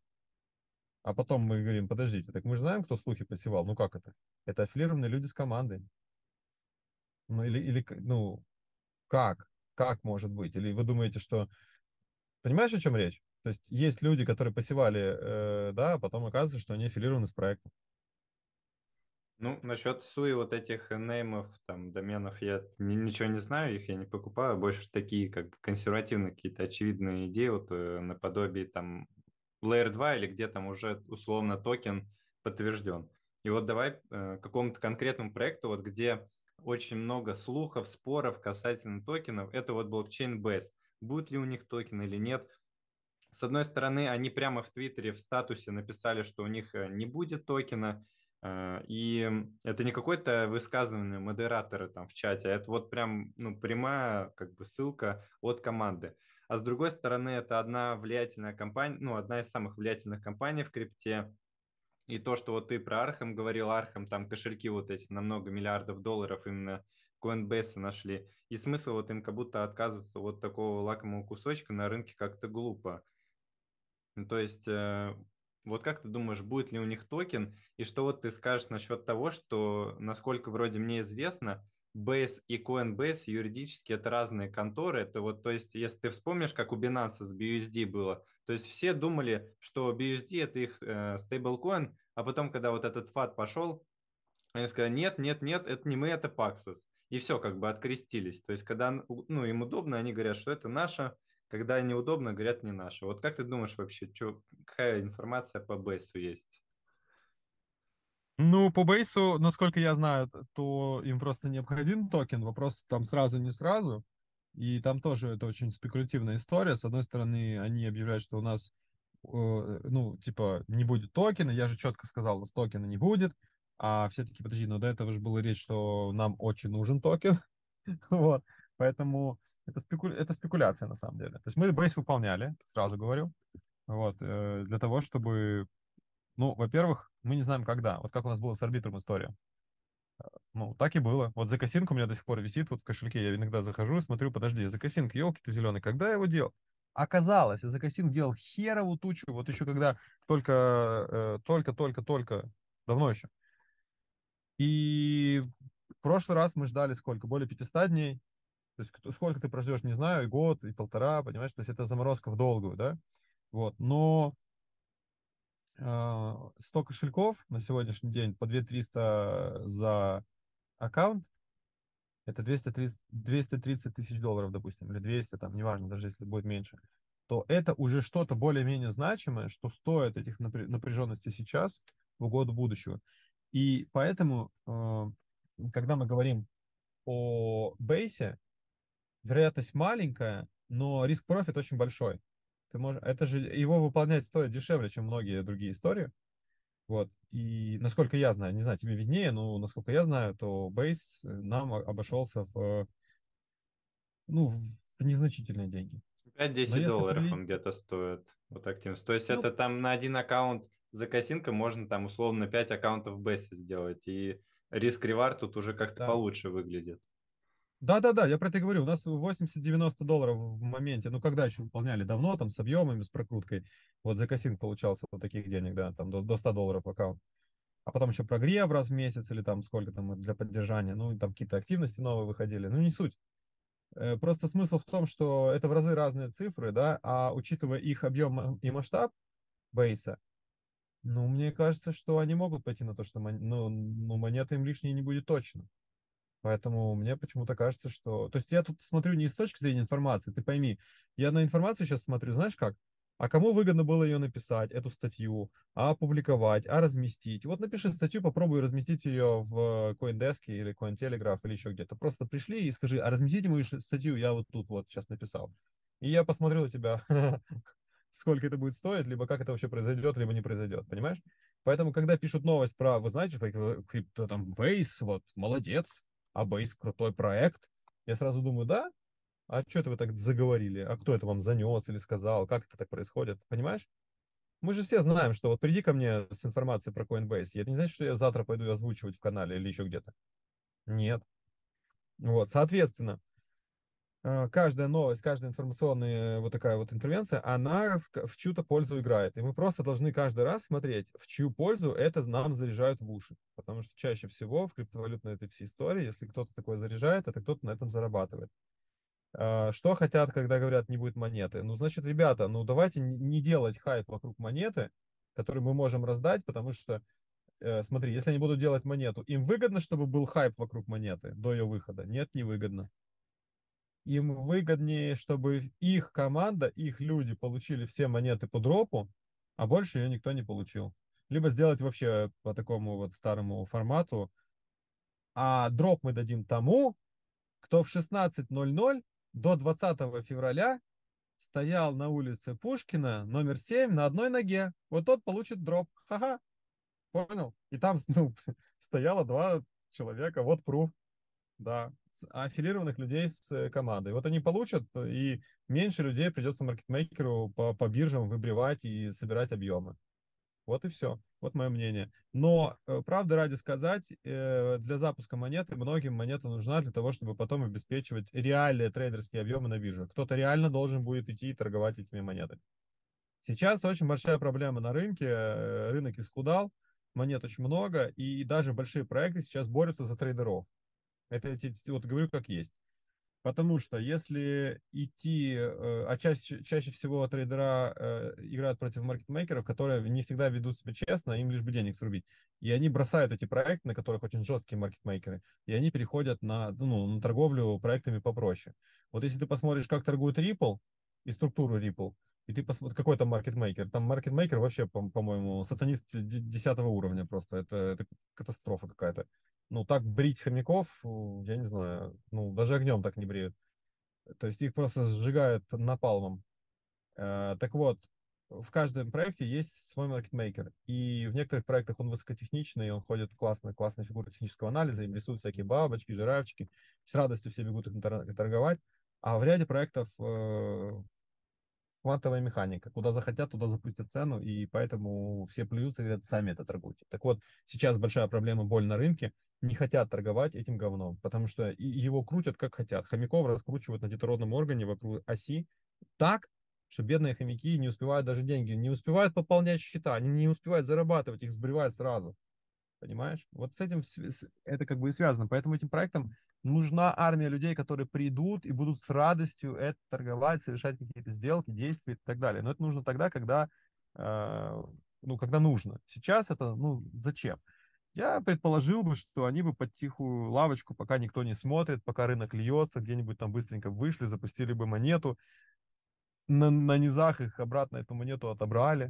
А потом мы говорим, подождите, так мы же знаем, кто слухи посевал. Ну как это? Это аффилированные люди с командой. Ну ну, как? Как может быть? Или вы думаете, что... Понимаешь, о чем речь? То есть люди, которые посевали, да, а потом оказывается, что они аффилированы с проектом. Ну, насчет суи вот этих неймов, там, доменов, я ничего не знаю, их я не покупаю, больше такие как бы консервативные какие-то очевидные идеи, вот наподобие там Layer 2 или где там уже условно токен подтвержден. И вот давай к какому-то конкретному проекту, вот где очень много слухов, споров касательно токенов, это вот блокчейн Base. Будет ли у них токен или нет? С одной стороны, они прямо в Твиттере в статусе написали, что у них не будет токена, и это не какое-то высказывание модератора там в чате, а это вот прям ну, прямая как бы ссылка от команды. А с другой стороны, это одна влиятельная компания, ну, одна из самых влиятельных компаний в крипте. И то, что вот ты про Архам говорил, Архам, там кошельки вот эти на много миллиардов долларов именно Coinbase нашли. И смысл вот им как будто отказываться от такого лакомого кусочка на рынке как-то глупо. Ну, то есть, вот как ты думаешь, будет ли у них токен? И что вот ты скажешь насчет того, что, насколько вроде мне известно, Base и Coinbase юридически это разные конторы. Это вот, то есть, если ты вспомнишь, как у Binance с BUSD было, то есть все думали, что BUSD это их стейблкоин, а потом, когда вот этот фат пошел, они сказали, нет, нет, нет, это не мы, это Paxos. И все, как бы открестились. То есть, когда ну, им удобно, они говорят, что это наше, когда неудобно, говорят, не наше. Вот как ты думаешь вообще, какая информация по Бейсу есть? Ну, по бейсу, насколько я знаю, то им просто необходим токен. Вопрос там сразу, не сразу. И там тоже это очень спекулятивная история. С одной стороны, они объявляют, что у нас, ну, типа, не будет токена. Я же четко сказал, у нас токена не будет. А все таки подожди, но до этого же было речь, что нам очень нужен токен. Вот. Поэтому это спекуляция на самом деле. То есть мы бейс выполняли, сразу говорю. Вот. Для того, чтобы... Ну, во-первых, мы не знаем, когда. Вот как у нас было с арбитром история. Ну, так и было. Вот закосинка у меня до сих пор висит вот в кошельке. Я иногда захожу и смотрю, подожди, закосинка, елки ты зеленый, когда я его делал? Оказалось, я закосинк делал херову тучу, вот еще когда только, давно еще. И в прошлый раз мы ждали сколько? Более 500 дней. То есть сколько ты прождешь, не знаю, и год, и полтора, понимаешь? То есть это заморозка в долгую, да? Вот. Но 100 кошельков на сегодняшний день по 2300 за аккаунт, это 230 тысяч долларов, допустим, или 200, там, неважно, даже если будет меньше, то это уже что-то более-менее значимое, что стоит этих напряженностей сейчас в угоду будущего. И поэтому, когда мы говорим о бейсе, вероятность маленькая, но риск-профит очень большой. Это же его выполнять стоит дешевле, чем многие другие истории. Вот. И насколько я знаю, не знаю, тебе виднее, но насколько я знаю, то Base нам обошелся ну, в незначительные деньги. Но 5-10 если долларов пролить, он где-то стоит, вот активность. То есть ну, это там на один аккаунт за косинкой можно там условно 5 аккаунтов Бесси сделать, и риск-ревард тут уже как-то да. получше выглядит. Да-да-да, я про это и говорю. У нас 80-90 долларов в моменте. Ну, когда еще выполняли? Давно, там, с объемами, с прокруткой. Вот за косинг получался вот таких денег, да, там, до 100 долларов аккаунт. А потом еще прогрев раз в месяц или там сколько там для поддержания. Ну, и там какие-то активности новые выходили. Ну, не суть. Просто смысл в том, что это в разы разные цифры, да, а учитывая их объем и масштаб бейса, ну, мне кажется, что они могут пойти на то, что ну, монеты им лишней не будет точно. Поэтому мне почему-то кажется, что... То есть я тут смотрю не с точки зрения информации, ты пойми, я на информацию сейчас смотрю, знаешь как? А кому выгодно было ее написать, эту статью, а опубликовать, а разместить? Вот напиши статью, попробуй разместить ее в CoinDesk или CoinTelegraph или еще где-то. Просто пришли и скажи, а разместите мою статью, я вот тут вот сейчас написал. И я посмотрю на тебя, сколько это будет стоить, либо как это вообще произойдет, либо не произойдет, понимаешь? Поэтому, когда пишут новость про, вы знаете, крипто там Бейс, вот, молодец, а Бейс крутой проект, я сразу думаю, да, а что это вы так заговорили? А кто это вам занес или сказал? Как это так происходит? Понимаешь? Мы же все знаем, что вот приди ко мне с информацией про Coinbase. И это не значит, что я завтра пойду озвучивать в канале или еще где-то. Нет. Вот, соответственно, каждая новость, каждая информационная вот такая вот интервенция, она в чью-то пользу играет. И мы просто должны каждый раз смотреть, в чью пользу это нам заряжают в уши. Потому что чаще всего в криптовалютной этой всей истории, если кто-то такое заряжает, это кто-то на этом зарабатывает. Что хотят, когда говорят, не будет монеты? Ну, значит, ребята, ну давайте не делать хайп вокруг монеты, который мы можем раздать, потому что, смотри, если они будут делать монету, им выгодно, чтобы был хайп вокруг монеты до ее выхода? Нет, не выгодно. Им выгоднее, чтобы их команда, их люди получили все монеты по дропу, а больше ее никто не получил. Либо сделать вообще по такому вот старому формату, а дроп мы дадим тому, кто в 16:00 до 20 февраля стоял на улице Пушкина, номер 7, на одной ноге. Вот тот получит дроп. Ха-ха, понял? И там ну, стояло два человека, вот пруф, да, аффилированных людей с командой. Вот они получат, и меньше людей придется маркетмейкеру по биржам выбривать и собирать объемы. Вот и все. Вот мое мнение. Но, правда ради сказать, для запуска монеты многим монета нужна для того, чтобы потом обеспечивать реальные трейдерские объемы на бирже. Кто-то реально должен будет идти и торговать этими монетами. Сейчас очень большая проблема на рынке. Рынок исхудал, монет очень много, и даже большие проекты сейчас борются за трейдеров. Это я тебе вот говорю как есть. Потому что если идти, чаще всего трейдера играют против маркетмейкеров, которые не всегда ведут себя честно, им лишь бы денег срубить. И они бросают эти проекты, на которых очень жесткие маркетмейкеры, и они переходят ну, на торговлю проектами попроще. Вот если ты посмотришь, как торгует Ripple и структуру Ripple, и ты посмотришь, какой там маркетмейкер. Там маркетмейкер вообще, по-моему, сатанист 10 уровня просто. Это катастрофа какая-то. Ну, так брить хомяков, я не знаю, ну, даже огнем так не бреют. То есть их просто сжигают напалмом. Так вот, в каждом проекте есть свой маркетмейкер. И в некоторых проектах он высокотехничный, он ходит классно, классная фигура технического анализа, им рисуют всякие бабочки, жирафчики. С радостью все бегут их торговать. А в ряде проектов квантовая механика. Куда захотят, туда запустят цену, и поэтому все плюсы говорят, сами это торгуйте. Так вот, сейчас большая проблема, боль на рынке, не хотят торговать этим говном, потому что его крутят как хотят. Хомяков раскручивают на детородном органе вокруг оси так, что бедные хомяки не успевают даже деньги, не успевают пополнять счета, они не успевают зарабатывать, их сбривают сразу. Понимаешь? Вот с этим это как бы и связано. Поэтому этим проектам нужна армия людей, которые придут и будут с радостью это торговать, совершать какие-то сделки, действия и так далее. Но это нужно тогда, когда, ну, когда нужно. Сейчас это, ну, зачем? Я предположил бы, что они бы под тихую лавочку, пока никто не смотрит, пока рынок льется, где-нибудь там быстренько вышли, запустили бы монету, на низах их обратно эту монету отобрали.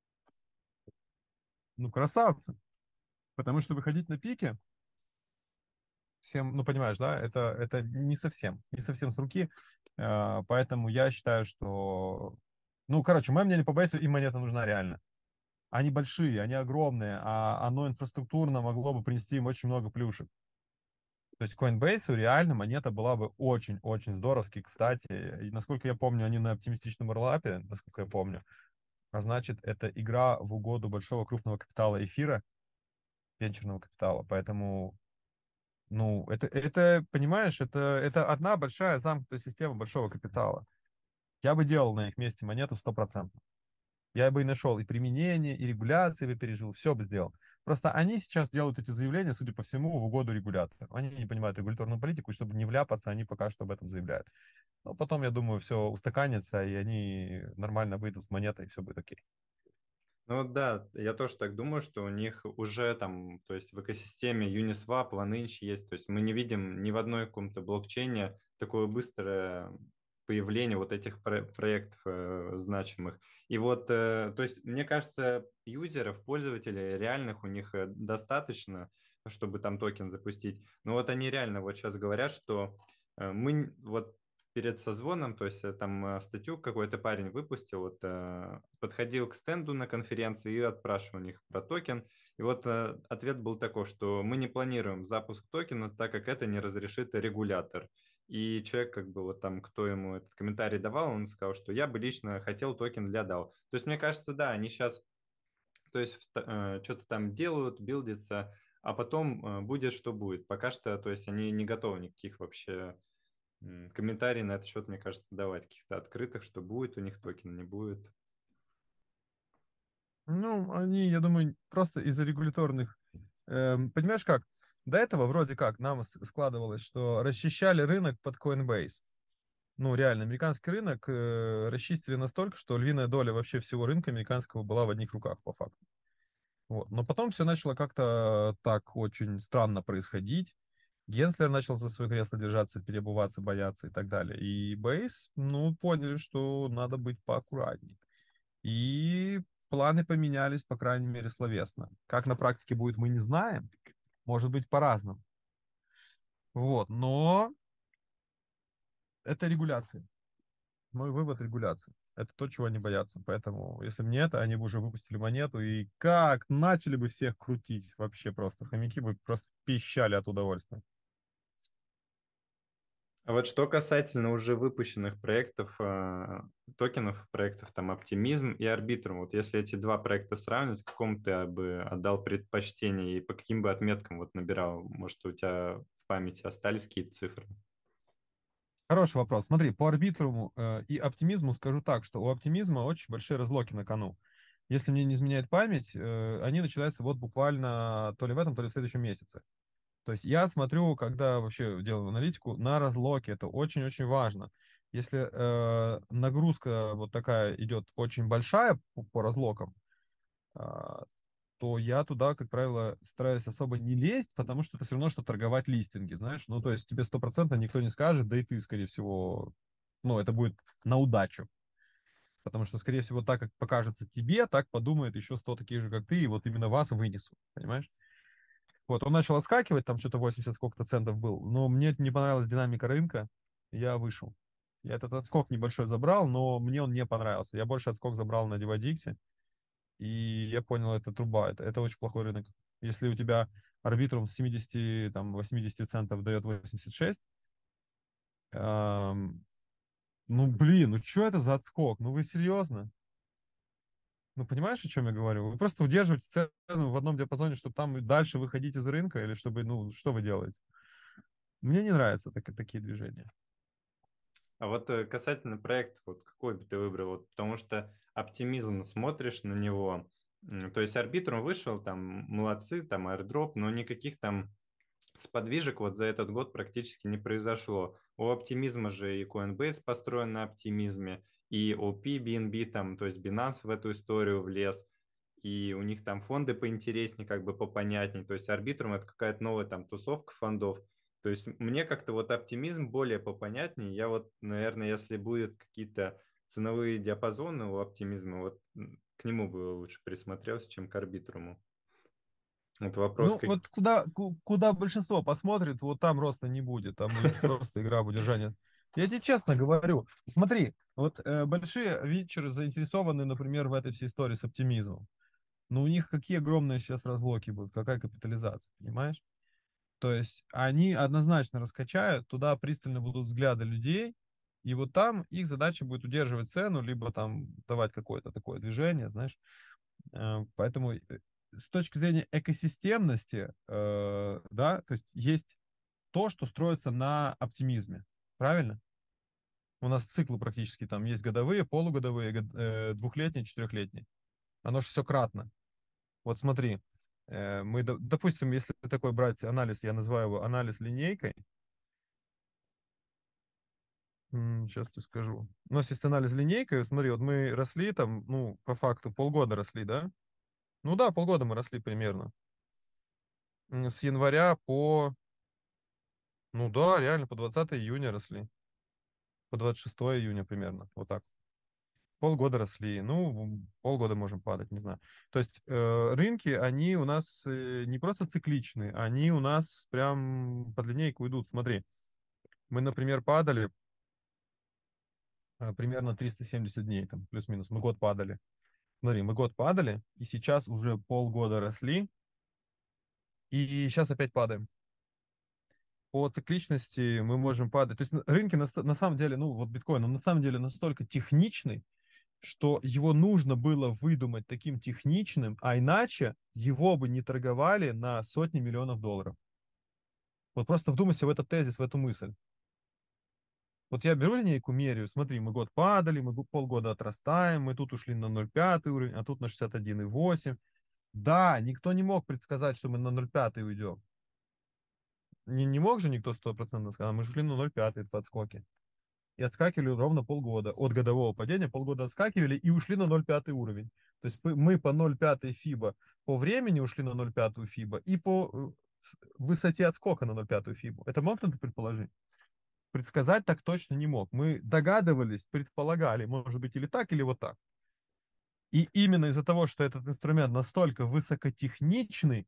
Ну, красавцы. Потому что выходить на пике всем, ну, понимаешь, да, это не совсем с руки. Поэтому я считаю, что, ну, короче, мое мнение по Бейсу, им монета нужна реально. Они большие, они огромные, а оно инфраструктурно могло бы принести им очень много плюшек. То есть Coinbase реально монета была бы очень-очень здоровски, кстати. И, насколько я помню, они на оптимистичном роllапе, насколько я помню. А значит, это игра в угоду большого крупного капитала эфира, венчурного капитала. Поэтому, ну, это понимаешь, это одна большая замкнутая система большого капитала. Я бы делал на их месте монету 100%. Я бы и нашел и применение, и регуляции бы пережил, все бы сделал. Просто они сейчас делают эти заявления, судя по всему, в угоду регулятору. Они не понимают регуляторную политику, и чтобы не вляпаться, они пока что об этом заявляют. Но потом, я думаю, все устаканится, и они нормально выйдут с монетой, и все будет окей. Ну да, я тоже так думаю, что у них уже там, то есть в экосистеме Uniswap, OneInch есть, то есть мы не видим ни в одной каком-то блокчейне такое быстрое появление вот этих проектов значимых. И вот, то есть мне кажется, юзеров, пользователей реальных у них достаточно, чтобы там токен запустить. Но вот они реально вот сейчас говорят, что вот перед созвоном, то есть там статью какой-то парень выпустил, вот, подходил к стенду на конференции и отпрашивал у них про токен. И вот ответ был такой, что мы не планируем запуск токена, так как это не разрешит регулятор. И человек, как бы вот там, кто ему этот комментарий давал, он сказал, что я бы лично хотел токен для DAO. То есть мне кажется, да, они сейчас, то есть что-то там делают, билдятся, а потом будет, что будет. Пока что, то есть они не готовы никаких вообще комментарии на этот счет, мне кажется, давать каких-то открытых, что будет у них токен, не будет. Ну, они, я думаю, просто из-за регуляторных... понимаешь как? До этого вроде как нам складывалось, что расчищали рынок под Coinbase. Ну, реально, американский рынок расчистили настолько, что львиная доля вообще всего рынка американского была в одних руках, по факту. Вот. Но потом все начало как-то так очень странно происходить. Генслер начал за свое кресло держаться, переобуваться, бояться и так далее. И Бейс, ну, поняли, что надо быть поаккуратней. И планы поменялись, по крайней мере, словесно. Как на практике будет, мы не знаем. Может быть, по-разному. Вот. Но это регуляция. Мой вывод — регуляция. Это то, чего они боятся. Поэтому, если бы не это, они бы уже выпустили монету. И как начали бы всех крутить. Вообще просто. Хомяки бы просто пищали от удовольствия. А вот что касательно уже выпущенных проектов, токенов, проектов там Optimism и Arbitrum, вот если эти два проекта сравнивать, какому ты бы отдал предпочтение и по каким бы отметкам вот набирал? Может, у тебя в памяти остались какие-то цифры? Хороший вопрос. Смотри, по арбитруму и оптимизму скажу так, что у оптимизма очень большие разлоки на кону. Если мне не изменяет память, они начинаются вот буквально то ли в этом, то ли в следующем месяце. То есть я смотрю, когда вообще делаю аналитику, на разлоки. Это очень-очень важно. Если нагрузка вот такая идет очень большая по разлокам, а, то я туда, как правило, стараюсь особо не лезть, потому что это все равно, что торговать листинги, знаешь. Ну, то есть тебе 100% никто не скажет, да и ты, скорее всего, ну, это будет на удачу. Потому что, скорее всего, так, как покажется тебе, так подумает еще 100 таких же, как ты, и вот именно вас вынесут, понимаешь? Вот, он начал отскакивать, там что-то 80 сколько-то центов был, но мне не понравилась динамика рынка, я вышел. Я этот отскок небольшой забрал, но мне он не понравился. Я больше отскок забрал на DivideX, и я понял, это труба, это очень плохой рынок. Если у тебя арбитрум с 70, там, 80 центов дает 86, ну, блин, ну что это за отскок? Ну, вы серьезно? Ну, понимаешь, о чем я говорю? Вы просто удерживаете цену в одном диапазоне, чтобы там и дальше выходить из рынка, или чтобы, ну, что вы делаете? Мне не нравятся такие движения. А вот касательно проектов, вот какой бы ты выбрал? Вот, потому что оптимизм, смотришь на него, То есть арбитрум вышел, там молодцы, там airdrop, но никаких там сподвижек вот за этот год практически не произошло. У оптимизма же и Coinbase построен на оптимизме, и OP, BNB там, то есть Binance в эту историю влез, и у них там фонды поинтереснее, как бы попонятнее. То есть арбитрум это какая-то новая там тусовка фондов. То есть мне как-то вот оптимизм более попонятнее. Я вот, наверное, если будет какие-то ценовые диапазоны у оптимизма, вот к нему бы лучше присмотрелся, чем к арбитруму. Вот вопрос, Ну, как... вот куда большинство посмотрит, вот там роста не будет, там будет просто игра в удержание. Я тебе честно говорю, смотри, вот большие венчуры заинтересованы, например, в этой всей истории с оптимизмом. Но у них какие огромные сейчас разлоки будут, какая капитализация, понимаешь? То есть они однозначно раскачают, туда пристально будут взгляды людей, и вот там их задача будет удерживать цену, либо там давать какое-то такое движение, знаешь. Поэтому с точки зрения экосистемности, да, то есть есть то, что строится на оптимизме, правильно? У нас циклы практически там есть годовые, полугодовые, двухлетние, четырехлетние. Оно же все кратно. Вот смотри, мы, допустим, если такой брать анализ, я называю его анализ линейкой. Сейчас тебе скажу. У нас есть анализ линейкой. Смотри, вот мы росли там, ну, по факту, полгода росли, да? Ну да, полгода мы росли примерно. С января по, ну да, реально, по 20 июня росли. По 26 июня примерно. Вот так. Полгода росли. Ну, полгода можем падать, не знаю. То есть рынки, они у нас не просто цикличные, они у нас прям под линейку идут. Смотри, мы, например, падали примерно 370 дней, там, плюс-минус. Мы год падали. Смотри, мы год падали, и сейчас уже полгода росли, и сейчас опять падаем. По цикличности мы можем падать. То есть рынки на самом деле, ну вот биткоин, он на самом деле настолько техничный, что его нужно было выдумать таким техничным, а иначе его бы не торговали на сотни миллионов долларов. Вот просто вдумайся в этот тезис, в эту мысль. Вот я беру линейку, меряю, смотри, мы год падали, мы полгода отрастаем, мы тут ушли на 0,5 уровень, а тут на 61,8. Да, никто не мог предсказать, что мы на 0,5 уйдем. Не мог же никто 100% сказать, мы шли на 0,5 по отскоке. И отскакивали ровно полгода. От годового падения полгода отскакивали и ушли на 0,5 уровень. То есть мы по 0,5 фиба по времени ушли на 0,5 фиба и по высоте отскока на 0,5 фибу. Это мог кто-то предположить? Предсказать так точно не мог. Мы догадывались, предполагали, может быть, или так, или вот так. И именно из-за того, что этот инструмент настолько высокотехничный,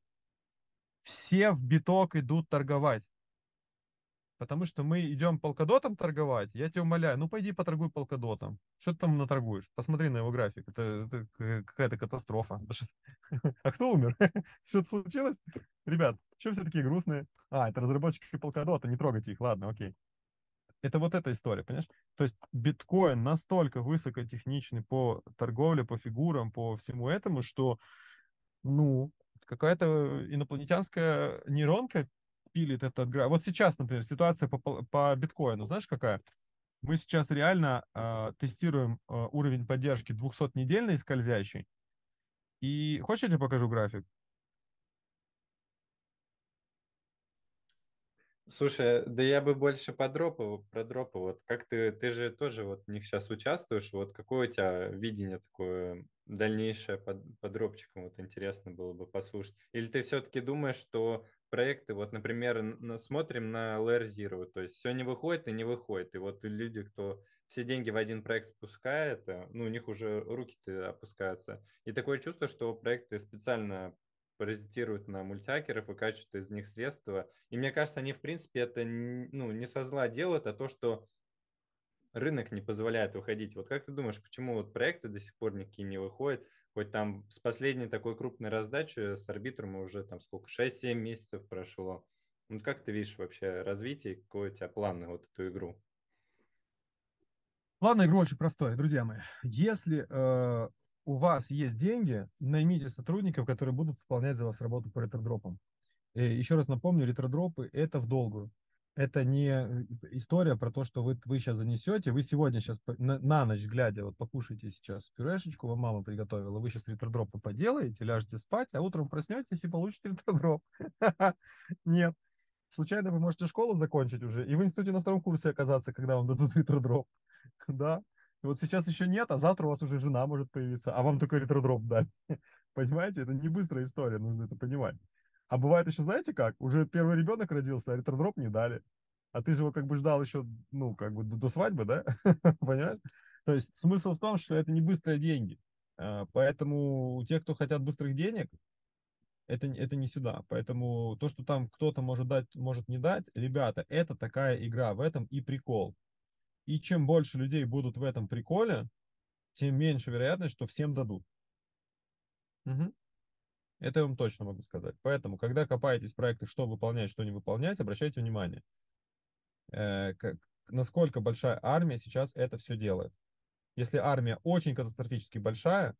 все в биток идут торговать. Потому что мы идем полкадотом торговать. Я тебя умоляю, ну пойди поторгуй полкадотом. Что ты там наторгуешь? Посмотри на его график. Это какая-то катастрофа. А кто умер? Что-то случилось? Ребят, что все такие грустные? А, это разработчики полкадота, не трогайте их. Ладно, окей. Это вот эта история, понимаешь? То есть биткоин настолько высокотехничный по торговле, по фигурам, по всему этому, что, ну, какая-то инопланетянская нейронка пилит этот граф. Вот сейчас, например, ситуация по биткоину, знаешь, какая? Мы сейчас реально тестируем уровень поддержки 200-недельной скользящей. И хочешь, я тебе покажу график? Слушай, да я бы больше про дропы. Вот как ты же тоже вот в них сейчас участвуешь. Вот какое у тебя видение такое дальнейшее по дропчикам? Вот интересно было бы послушать. Или ты все-таки думаешь, что проекты, вот, например, смотрим на Layer Zero, то есть все не выходит и не выходит. И вот люди, кто все деньги в один проект спускает, ну, у них уже руки-то опускаются. И такое чувство, что проекты специально паразитируют на мультихакеров, выкачивают из них средства. И мне кажется, они, в принципе, это ну, не со зла делают, а то, что рынок не позволяет выходить. Вот как ты думаешь, почему вот проекты до сих пор никакие не выходят? Хоть там с последней такой крупной раздачи с арбитром уже там сколько, 6-7 месяцев прошло. Вот как ты видишь вообще развитие, какой у тебя план на вот эту игру? Ладно, игру очень простой, друзья мои. Если у вас есть деньги, наймите сотрудников, которые будут выполнять за вас работу по ретродропам. Еще раз напомню, ретродропы — это в долгую. это не история про то, что вы сейчас занесете, вы сегодня сейчас на ночь глядя, вот покушайте сейчас пюрешечку, вам мама приготовила, вы сейчас ретродропы поделаете, ляжете спать, а утром проснетесь и получите ретродроп. Нет. Случайно вы можете школу закончить уже и в институте на втором курсе оказаться, когда вам дадут ретродроп. Да. И вот сейчас еще нет, а завтра у вас уже жена может появиться, а вам только ретродроп дали. Понимаете, это не быстрая история, нужно это понимать. А бывает еще, знаете как, уже первый ребенок родился, а ретродроп не дали. А ты же его как бы ждал еще, ну, как бы до свадьбы, да? Понимаешь? То есть смысл в том, что это не быстрые деньги. Поэтому у тех, кто хотят быстрых денег, это не сюда. Поэтому то, что там кто-то может дать, может не дать, ребята, это такая игра, в этом и прикол. И чем больше людей будут в этом приколе, тем меньше вероятность, что всем дадут. Мгм. Это я вам точно могу сказать. Поэтому, когда копаетесь в проекты, что выполнять, что не выполнять, обращайте внимание, как, насколько большая армия сейчас это все делает. Если армия очень катастрофически большая,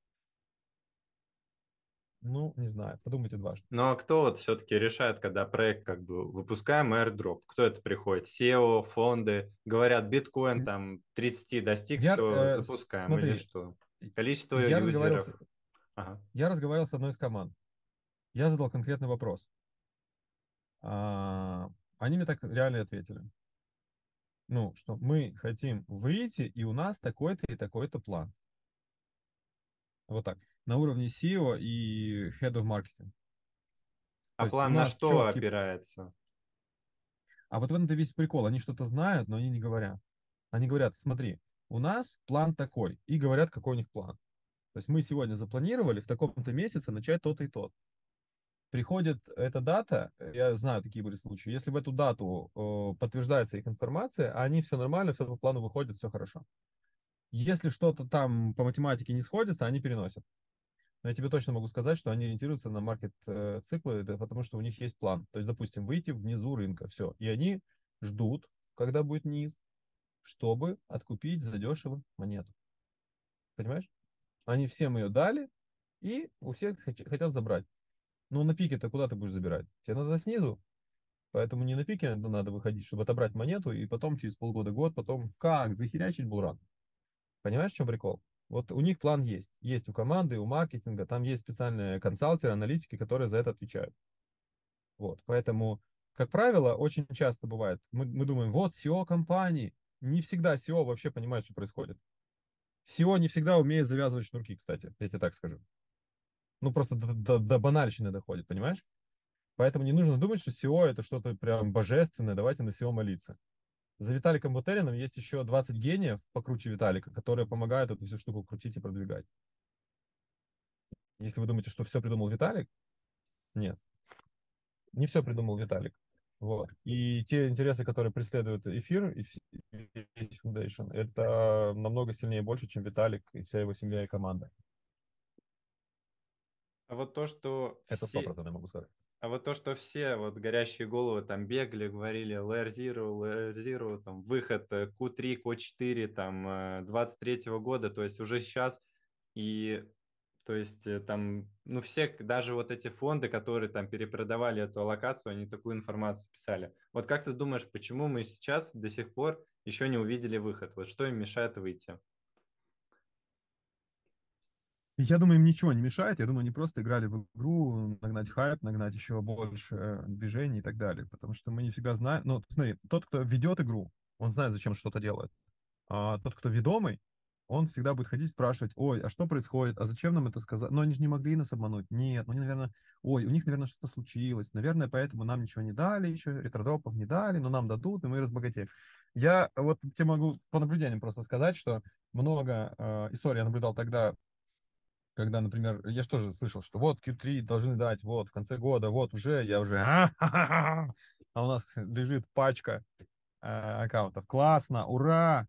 ну, не знаю, подумайте дважды. Ну а кто вот все-таки решает, когда проект как бы выпускаем airdrop? Кто это приходит? SEO, фонды, говорят, биткоин там 30 достиг, все, запускаем или Смотри, что? Количество я разговаривал, юзеров. Ага. я разговаривал с одной из команд. Я задал конкретный вопрос. Они мне так реально и ответили. Ну, что мы хотим выйти, и у нас такой-то и такой-то план. Вот так. На уровне SEO и Head of Marketing. А То есть у план на нас что четкий... опирается? А вот в этом-то весь прикол. Они что-то знают, но они не говорят. Они говорят, смотри, у нас план такой. И говорят, какой у них план. То есть мы сегодня запланировали в таком-то месяце начать то-то и то. Приходит эта дата, я знаю, такие были случаи, если в эту дату подтверждается их информация, а они все нормально, все по плану выходит, все хорошо. Если что-то там по математике не сходится, они переносят. Но я тебе точно могу сказать, что они ориентируются на маркет-циклы, потому что у них есть план. То есть, допустим, выйти внизу рынка, все. И они ждут, когда будет низ, чтобы откупить задешево монету. Понимаешь? Они всем ее дали, и у всех хотят забрать. Ну, на пике-то куда ты будешь забирать? Тебе надо снизу, поэтому не на пике надо выходить, чтобы отобрать монету, и потом через полгода, год, потом как захерячить буран. Понимаешь, в чем прикол? Вот у них план есть. Есть у команды, у маркетинга, там есть специальные консалтеры, аналитики, которые за это отвечают. Вот, поэтому, как правило, очень часто бывает, мы думаем, вот SEO компании. Не всегда SEO вообще понимает, что происходит. SEO не всегда умеет завязывать шнурки, кстати, я тебе так скажу. Ну, просто до банальщины доходит, понимаешь? Поэтому не нужно думать, что SEO это что-то прям божественное, давайте на SEO молиться. За Виталиком Бутериным есть еще 20 гениев покруче Виталика, которые помогают эту всю штуку крутить и продвигать. Если вы думаете, что все придумал Виталик, нет, не все придумал Виталик. Вот. И те интересы, которые преследует эфир и весь Foundation, это намного сильнее больше, чем Виталик и вся его семья и команда. А вот то, что Это все, 100% я могу сказать. а вот то, что все вот горящие головы там бегали, говорили Layer Zero, там выход Q3, Q4, там 23 года, то есть уже сейчас, и то есть там, ну все, даже вот эти фонды, которые там перепродавали эту аллокацию, они такую информацию писали. Вот как ты думаешь, почему мы сейчас до сих пор еще не увидели выход? Вот что им мешает выйти? Я думаю, им ничего не мешает. Я думаю, они просто играли в игру, нагнать хайп, нагнать еще больше движений и так далее. Потому что мы не всегда знаем. Ну, смотри, тот, кто ведет игру, он знает, зачем что-то делает. А тот, кто ведомый, он всегда будет ходить спрашивать, ой, а что происходит, а зачем нам это сказать? Ну, они же не могли нас обмануть. Нет, ну, они, наверное, ой, у них, наверное, что-то случилось. Наверное, поэтому нам ничего не дали еще, ретродропов не дали, но нам дадут, и мы разбогатеем. Я вот тебе могу по наблюдениям просто сказать, что много историй я наблюдал тогда, когда, например, я же тоже слышал, что вот Q3 должны дать, вот в конце года, вот уже, я уже, а у нас лежит пачка аккаунтов. Классно, ура!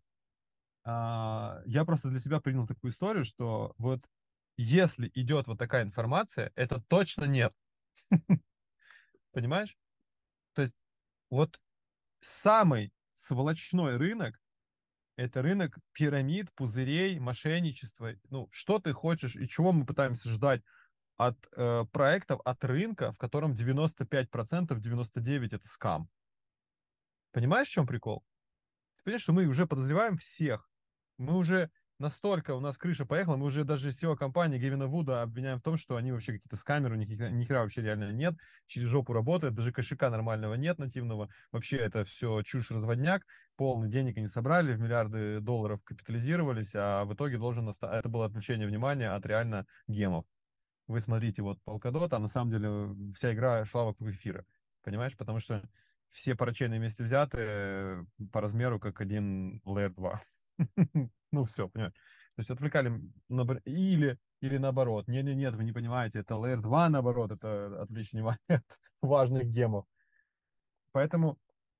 Я просто для себя принял такую историю, что вот если идет вот такая информация, это точно нет. Понимаешь? То есть вот самый сволочной рынок — это рынок пирамид, пузырей, мошенничества. Ну, что ты хочешь и чего мы пытаемся ждать от проектов, от рынка, в котором 95%, 99% это скам. Понимаешь, в чем прикол? Ты понимаешь, что мы уже подозреваем всех. Мы уже настолько, у нас крыша поехала, мы уже даже SEO-компании Гевина Вуда обвиняем в том, что они вообще какие-то скамеры, у них ни хера вообще реально нет, через жопу работает, даже кошелька нормального нет нативного. Вообще это все чушь-разводняк, полный денег они собрали, в миллиарды долларов капитализировались, а в итоге это было отвлечение внимания от реально гемов. Вы смотрите вот Polkadot, а на самом деле вся игра шла вокруг эфира. Понимаешь? Потому что все парачейны вместе взяты по размеру как один Layer 2. Ну все, понимаешь? То есть отвлекали или наоборот. Нет, вы не понимаете, это Layer 2 наоборот, это отвлечь внимание от важных гемов. Поэтому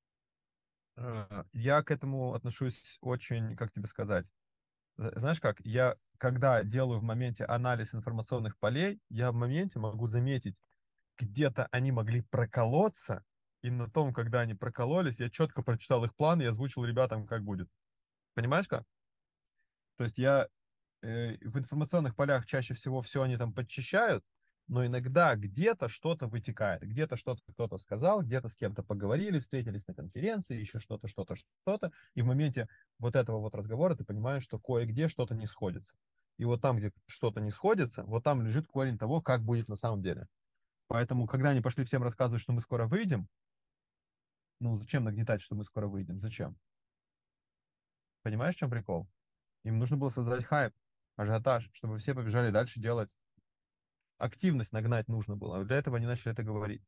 я к этому отношусь очень, как тебе сказать, знаешь как, я когда делаю в моменте анализ информационных полей, я в моменте могу заметить, где-то они могли проколоться, и на том, когда они прокололись, я четко прочитал их план и озвучил ребятам, как будет. Понимаешь как? То есть я в информационных полях чаще всего все они там подчищают, но иногда где-то что-то вытекает, где-то что-то кто-то сказал, где-то с кем-то поговорили, встретились на конференции, еще что-то, что-то, что-то, и в моменте вот этого вот разговора ты понимаешь, что кое-где что-то не сходится. И вот там, где что-то не сходится, вот там лежит корень того, как будет на самом деле. Поэтому, когда они пошли всем рассказывать, что мы скоро выйдем, ну, зачем нагнетать, что мы скоро выйдем? Зачем? Понимаешь, в чем прикол? Им нужно было создать хайп, ажиотаж, чтобы все побежали дальше делать. Активность нагнать нужно было. А для этого они начали это говорить.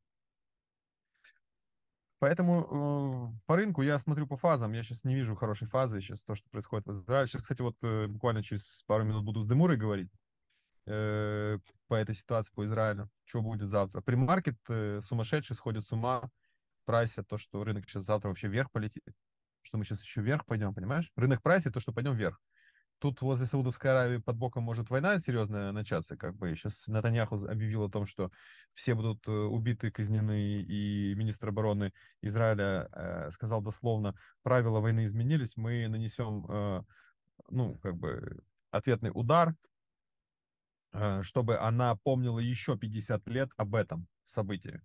Поэтому по рынку я смотрю по фазам. Я сейчас не вижу хорошей фазы. Сейчас то, что происходит в Израиле. Сейчас, кстати, вот буквально через пару минут буду с Демурой говорить э, по этой ситуации, по Израилю. Что будет завтра. Примаркет сумасшедший сходит с ума. Прайсят то, что рынок сейчас завтра вообще вверх полетит. Что мы сейчас еще вверх пойдем, понимаешь? Рынок прайсит то, что пойдем вверх. Тут возле Саудовской Аравии под боком может война серьезная начаться, как бы. Сейчас Натаньяху объявил о том, что все будут убиты, казнены, и министр обороны Израиля сказал дословно, правила войны изменились, мы нанесем, ну, как бы, ответный удар, чтобы она помнила еще 50 лет об этом событии.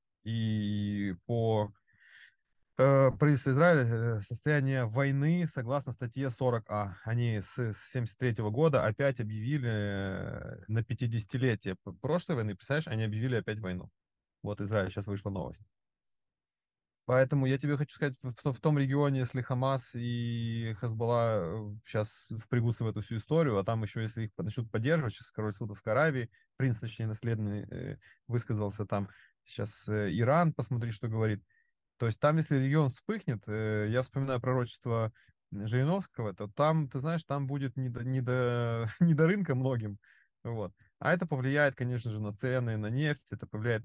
И по правительство Израиля состояние войны согласно статье 40А. Они с 1973 года опять объявили на 50-летие прошлой войны, представляешь, они объявили опять войну. Вот Израиль, сейчас вышла новость. Поэтому я тебе хочу сказать, в том регионе, если Хамас и Хезболла сейчас впрягутся в эту всю историю, а там еще, если их начнут поддерживать, сейчас король Саудовской Аравии, принц, точнее, наследный, высказался там, сейчас Иран, посмотри, что говорит. То есть там, если регион вспыхнет, я вспоминаю пророчество Жириновского, то там, ты знаешь, там будет не до рынка многим. Вот. А это повлияет, конечно же, на цены, на нефть, это повлияет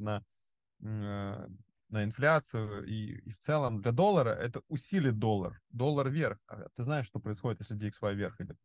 э, на инфляцию. И в целом для доллара это усилит доллар. Доллар вверх. А ты знаешь, что происходит, если DXY вверх идет?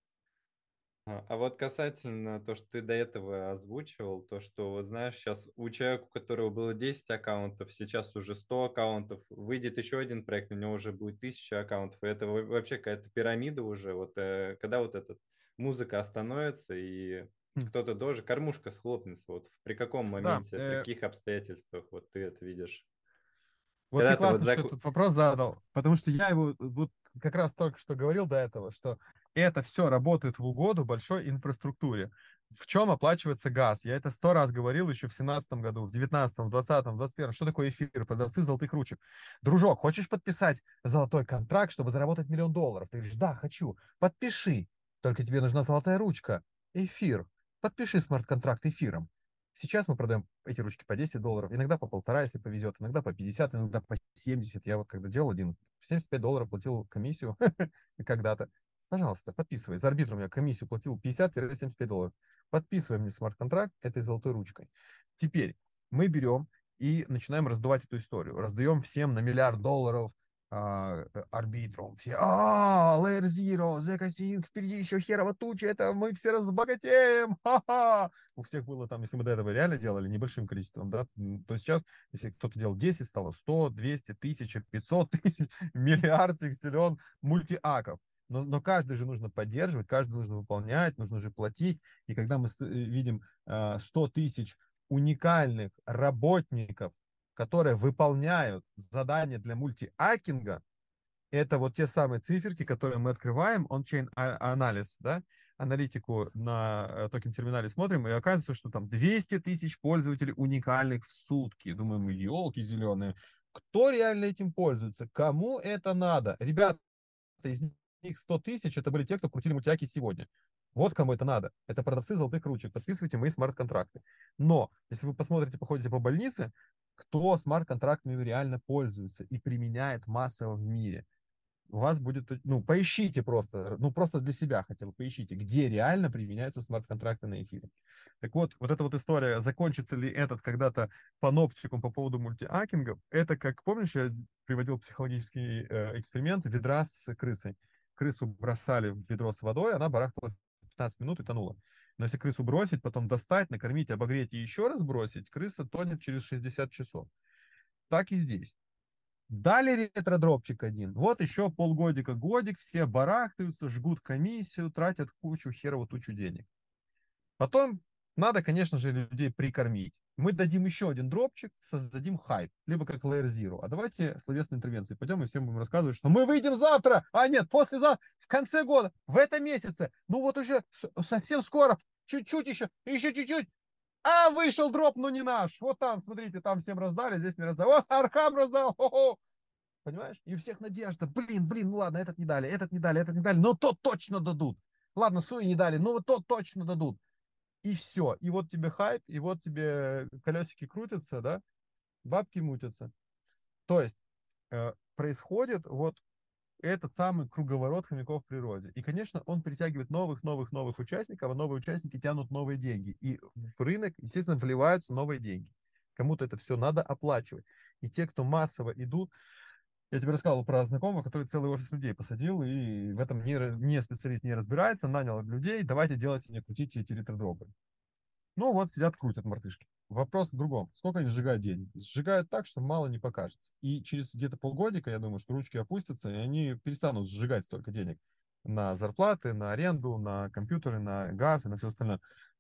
А вот касательно то, что ты до этого озвучивал, то, что, вот знаешь, сейчас у человека, у которого было 10 аккаунтов, сейчас уже 100 аккаунтов, выйдет еще один проект, у него уже будет 1000 аккаунтов, и это вообще какая-то пирамида уже, вот когда вот эта музыка остановится, и Хм. кто-то тоже, кормушка схлопнется, вот при каком Да, моменте, при каких обстоятельствах вот ты это видишь? вот ты Когда ты вот классно, что этот вопрос задал, потому что я его вот как раз только что говорил до этого, что это все работает в угоду большой инфраструктуре. В чем оплачивается газ? Я это 100 раз говорил еще в 17 году, в 19-м, в 20-м, в 21-м. Что такое эфир? Продавцы золотых ручек. Дружок, хочешь подписать золотой контракт, чтобы заработать $1 000 000? Ты говоришь, да, хочу. Подпиши. Только тебе нужна золотая ручка. Эфир. Подпиши смарт-контракт эфиром. Сейчас мы продаем эти ручки по $10, иногда по полтора, если повезет, иногда по 50, иногда по 70. Я вот когда делал один, $75 платил комиссию когда-то. Пожалуйста, подписывай. За арбитром я комиссию платил 50-75 долларов. Подписывай мне смарт-контракт этой золотой ручкой. Теперь мы берем и начинаем раздувать эту историю. Раздаем всем на $1 000 000 арбитрум. Все, Layer Zero, Zeka Sync, впереди еще херова туча, это мы все разбогатеем, ха-ха. У всех было там, если мы до этого реально делали небольшим количеством, да, то сейчас, если кто-то делал 10, стало 100, 200, 1000, 500 тысяч, миллиард сексиллион мультиаков. Но каждый же нужно поддерживать, каждый нужно выполнять, нужно же платить. И когда мы видим 100 тысяч уникальных работников, которые выполняют задания для мультиакинга, это вот те самые циферки, которые мы открываем, on-chain анализ, да, аналитику на токен-терминале смотрим, и оказывается, что там 200 тысяч пользователей уникальных в сутки. Думаем, елки зеленые, кто реально этим пользуется? Кому это надо? Ребята, из них 100 тысяч, это были те, кто крутили мультяки сегодня. Вот кому это надо. Это продавцы золотых ручек. Подписывайте мои смарт-контракты. Но, если вы посмотрите, походите по больнице, кто смарт-контрактами реально пользуется и применяет массово в мире, у вас будет, ну, поищите просто, ну, просто для себя хотя бы поищите, где реально применяются смарт-контракты на эфире. Так вот, вот эта вот история, закончится ли этот когда-то паноптикум по поводу мультиакингов, это, как помнишь, я приводил психологический эксперимент ведра с крысой. Крысу бросали в ведро с водой, она барахталась 15 минут и тонула. Но если крысу бросить, потом достать, накормить, обогреть и еще раз бросить, крыса тонет через 60 часов. Так и здесь. Дали ретродропчик один. Вот еще полгодика, годик, все барахтаются, жгут комиссию, тратят кучу, херову тучу денег. Потом надо, конечно же, людей прикормить. Мы дадим еще один дропчик, создадим хайп, либо как Layer Zero. А давайте словесной интервенции пойдем и всем будем рассказывать, что мы выйдем завтра, а нет, послезавтра, в конце года, в этом месяце. Ну вот уже совсем скоро, чуть-чуть еще чуть-чуть. А вышел дроп, но не наш. Вот там, смотрите, там всем раздали, здесь не раздали. О, Архам раздал. Хо-хо. Понимаешь? И у всех надежда. Блин, ну ладно, этот не дали, этот не дали, но тот точно дадут. Ладно, Суи не дали, но вот тот точно дадут. И все. И вот тебе хайп, и вот тебе колесики крутятся, да, бабки мутятся. То есть происходит вот этот самый круговорот хомяков в природе. И, конечно, он притягивает новых участников, а новые участники тянут новые деньги. И в рынок, естественно, вливаются новые деньги. Кому-то это все надо оплачивать. И те, кто массово идут, я тебе рассказывал про знакомого, который целый офис людей посадил, и в этом не специалист не разбирается, нанял людей, давайте делайте мне, крутите эти ретродропы. Ну вот сидят, крутят мартышки. Вопрос в другом. Сколько они сжигают денег? Сжигают так, что мало не покажется. И через где-то полгодика, я думаю, что ручки опустятся, и они перестанут сжигать столько денег на зарплаты, на аренду, на компьютеры, на газ и на все остальное.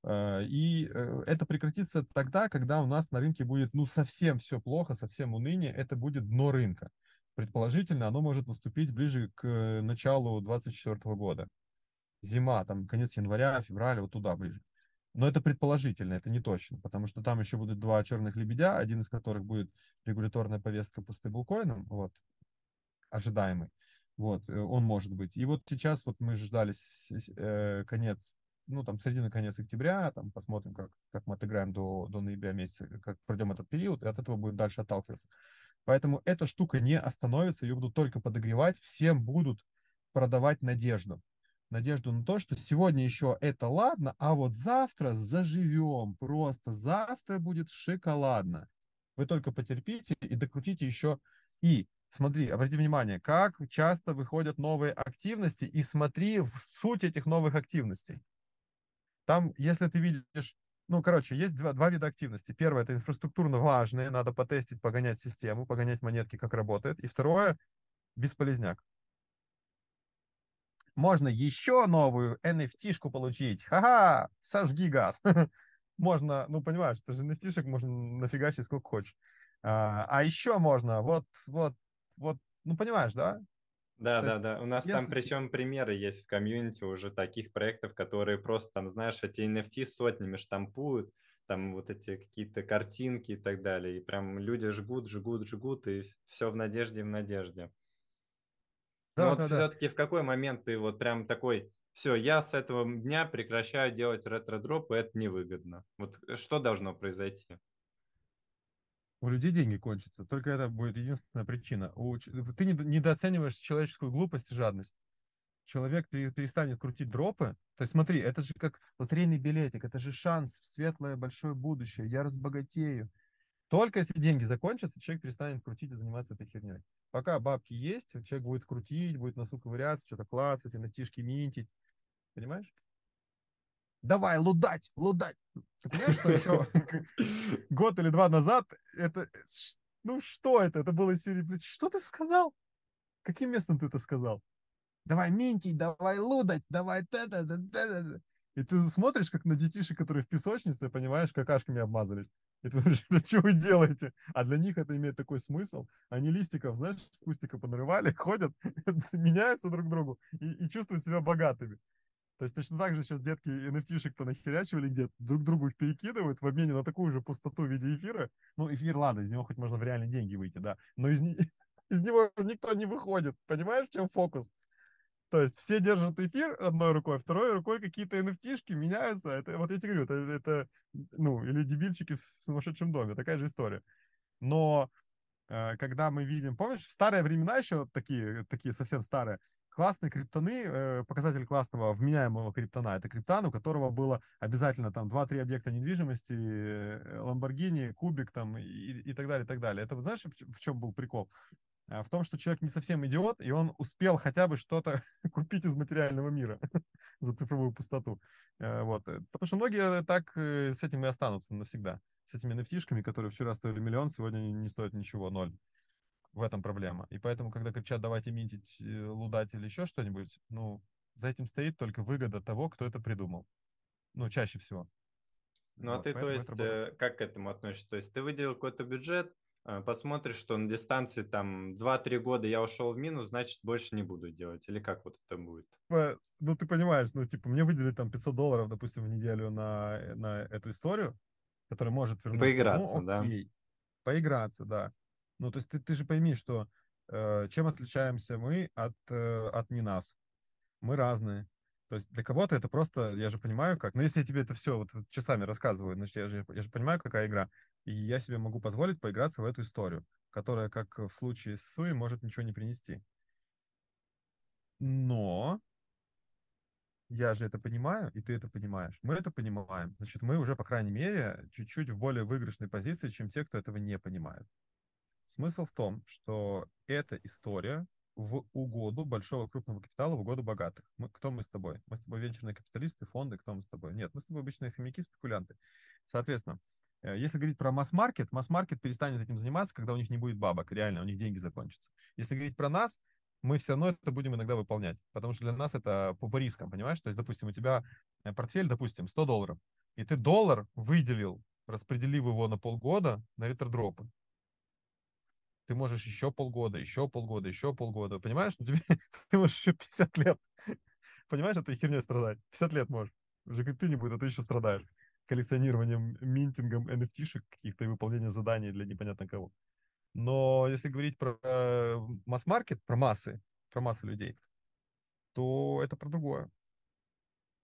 И это прекратится тогда, когда у нас на рынке будет, ну, совсем все плохо, совсем уныние, это будет дно рынка. Предположительно, оно может наступить ближе к началу 2024 года. Зима, там, конец января, февраля, вот туда ближе. Но это предположительно, это не точно, потому что там еще будут два черных лебедя, один из которых будет регуляторная повестка по стейблкоинам, вот, ожидаемый, вот, он может быть. И вот сейчас вот мы ждали конец, ну, там, середина-конец октября, там, посмотрим, как мы отыграем до ноября месяца, как пройдем этот период, и от этого будет дальше отталкиваться. Поэтому эта штука не остановится, ее будут только подогревать, всем будут продавать надежду. Надежду на то, что сегодня еще это ладно, а вот завтра заживем. Просто завтра будет шоколадно. Вы только потерпите и докрутите еще. И смотри, обрати внимание, как часто выходят новые активности, и смотри в суть этих новых активностей. Там, если ты видишь, ну, короче, есть два вида активности. Первое — это инфраструктурно важные, надо потестить, погонять систему, погонять монетки, как работает. И второе — бесполезняк. Можно еще новую NFT-шку получить. Ха-ха, сожги газ. Можно, ну, понимаешь, это же NFT-шек можно нафигачить сколько хочешь. А еще можно, вот, ну, понимаешь, да? Да, То да, есть, да. У нас там если... причем примеры есть в комьюнити уже таких проектов, которые просто там, знаешь, эти NFT сотнями штампуют, там вот эти какие-то картинки и так далее. И прям люди жгут, и все в надежде, в надежде. Но Да, вот да, да. все-таки в какой момент ты вот прям такой, все, я с этого дня прекращаю делать ретро-дроп, и это невыгодно. Вот что должно произойти? У людей деньги кончатся. Только это будет единственная причина. Ты недооцениваешь человеческую глупость и жадность. Человек перестанет крутить дропы. То есть смотри, это же как лотерейный билетик, это же шанс в светлое большое будущее. Я разбогатею. Только если деньги закончатся, человек перестанет крутить и заниматься этой херней. Пока бабки есть, человек будет крутить, будет носу ковыряться, что-то клацать, NFT-шки минтить. Понимаешь? Давай, лудать, лудать. Ты понимаешь, что еще год или два назад это... Ну что это? Это было из серии... Что ты сказал? Каким местом ты это сказал? Давай минтить, давай лудать, давай та-та-та-та-та. И ты смотришь, как на детишек, которые в песочнице, понимаешь, какашками обмазались. И ты думаешь, ну что вы делаете? А для них это имеет такой смысл. Они листиков, знаешь, с кустика понарывали, ходят, меняются друг другу и чувствуют себя богатыми. То есть точно так же сейчас детки NFT-шек понахерячивали где-то, друг другу их перекидывают в обмене на такую же пустоту в виде эфира. Ну, эфир, ладно, из него хоть можно в реальные деньги выйти, да. Но из него никто не выходит. Понимаешь, в чем фокус? То есть все держат эфир одной рукой, второй рукой какие-то NFT-шки меняются. Это, вот я тебе говорю, это ну, или дебильчики в сумасшедшем доме. Такая же история. Но когда мы видим, помнишь, в старые времена еще такие совсем старые, классные криптоны, показатель классного вменяемого криптона, это криптон, у которого было обязательно там два-три объекта недвижимости, Ламборгини, Кубик там и так далее, и так далее. Это, вот знаешь, в чем был прикол? В том, что человек не совсем идиот, и он успел хотя бы что-то купить из материального мира за цифровую пустоту. Вот. Потому что многие так с этим и останутся навсегда. С этими NFT-шками, которые вчера стоили миллион, сегодня не стоят ничего, ноль. В этом проблема. И поэтому, когда кричат, давайте минтить, лудать или еще что-нибудь, ну, за этим стоит только выгода того, кто это придумал. Ну, чаще всего. Ну, а Вот, ты, то поэтому это есть, работает. как к этому относишься? То есть ты выделил какой-то бюджет, посмотришь, что на дистанции там 2-3 года я ушел в минус, значит, больше не буду делать. Или как вот это будет? Ну, ты понимаешь, ну, типа, мне выделили там $500, допустим, в неделю на эту историю, которая может вернуться. Ну, Поиграться, да? окей, поиграться, да. Ну, то есть ты же пойми, что чем отличаемся мы от не нас? Мы разные. То есть для кого-то это просто, я же понимаю, как. Но если я тебе это все вот часами рассказываю, значит, я же понимаю, какая игра. И я себе могу позволить поиграться в эту историю, которая, как в случае с Суи, может ничего не принести. Но я же это понимаю, и ты это понимаешь. Мы это понимаем. Значит, мы уже, по крайней мере, чуть-чуть в более выигрышной позиции, чем те, кто этого не понимает. Смысл в том, что эта история в угоду большого крупного капитала, в угоду богатых. Кто мы с тобой? Мы с тобой венчурные капиталисты, фонды, кто мы с тобой? Нет, мы с тобой обычные хомяки, спекулянты. Соответственно, если говорить про масс-маркет, масс-маркет перестанет этим заниматься, когда у них не будет бабок, реально, у них деньги закончатся. Если говорить про нас, мы все равно это будем иногда выполнять, потому что для нас это по рискам, понимаешь? То есть, допустим, у тебя портфель, допустим, $100, и ты доллар выделил, распределив его на полгода на ретродропы. Ты можешь еще полгода, еще полгода, еще полгода. Понимаешь? Ну, тебе, ты можешь еще 50 лет. Понимаешь, этой херней страдать. 50 лет можешь. Уже крипты не будет, а ты еще страдаешь. Коллекционированием, минтингом NFT-шек каких-то и выполнением заданий для непонятно кого. Но если говорить про масс-маркет, про массы людей, то это про другое.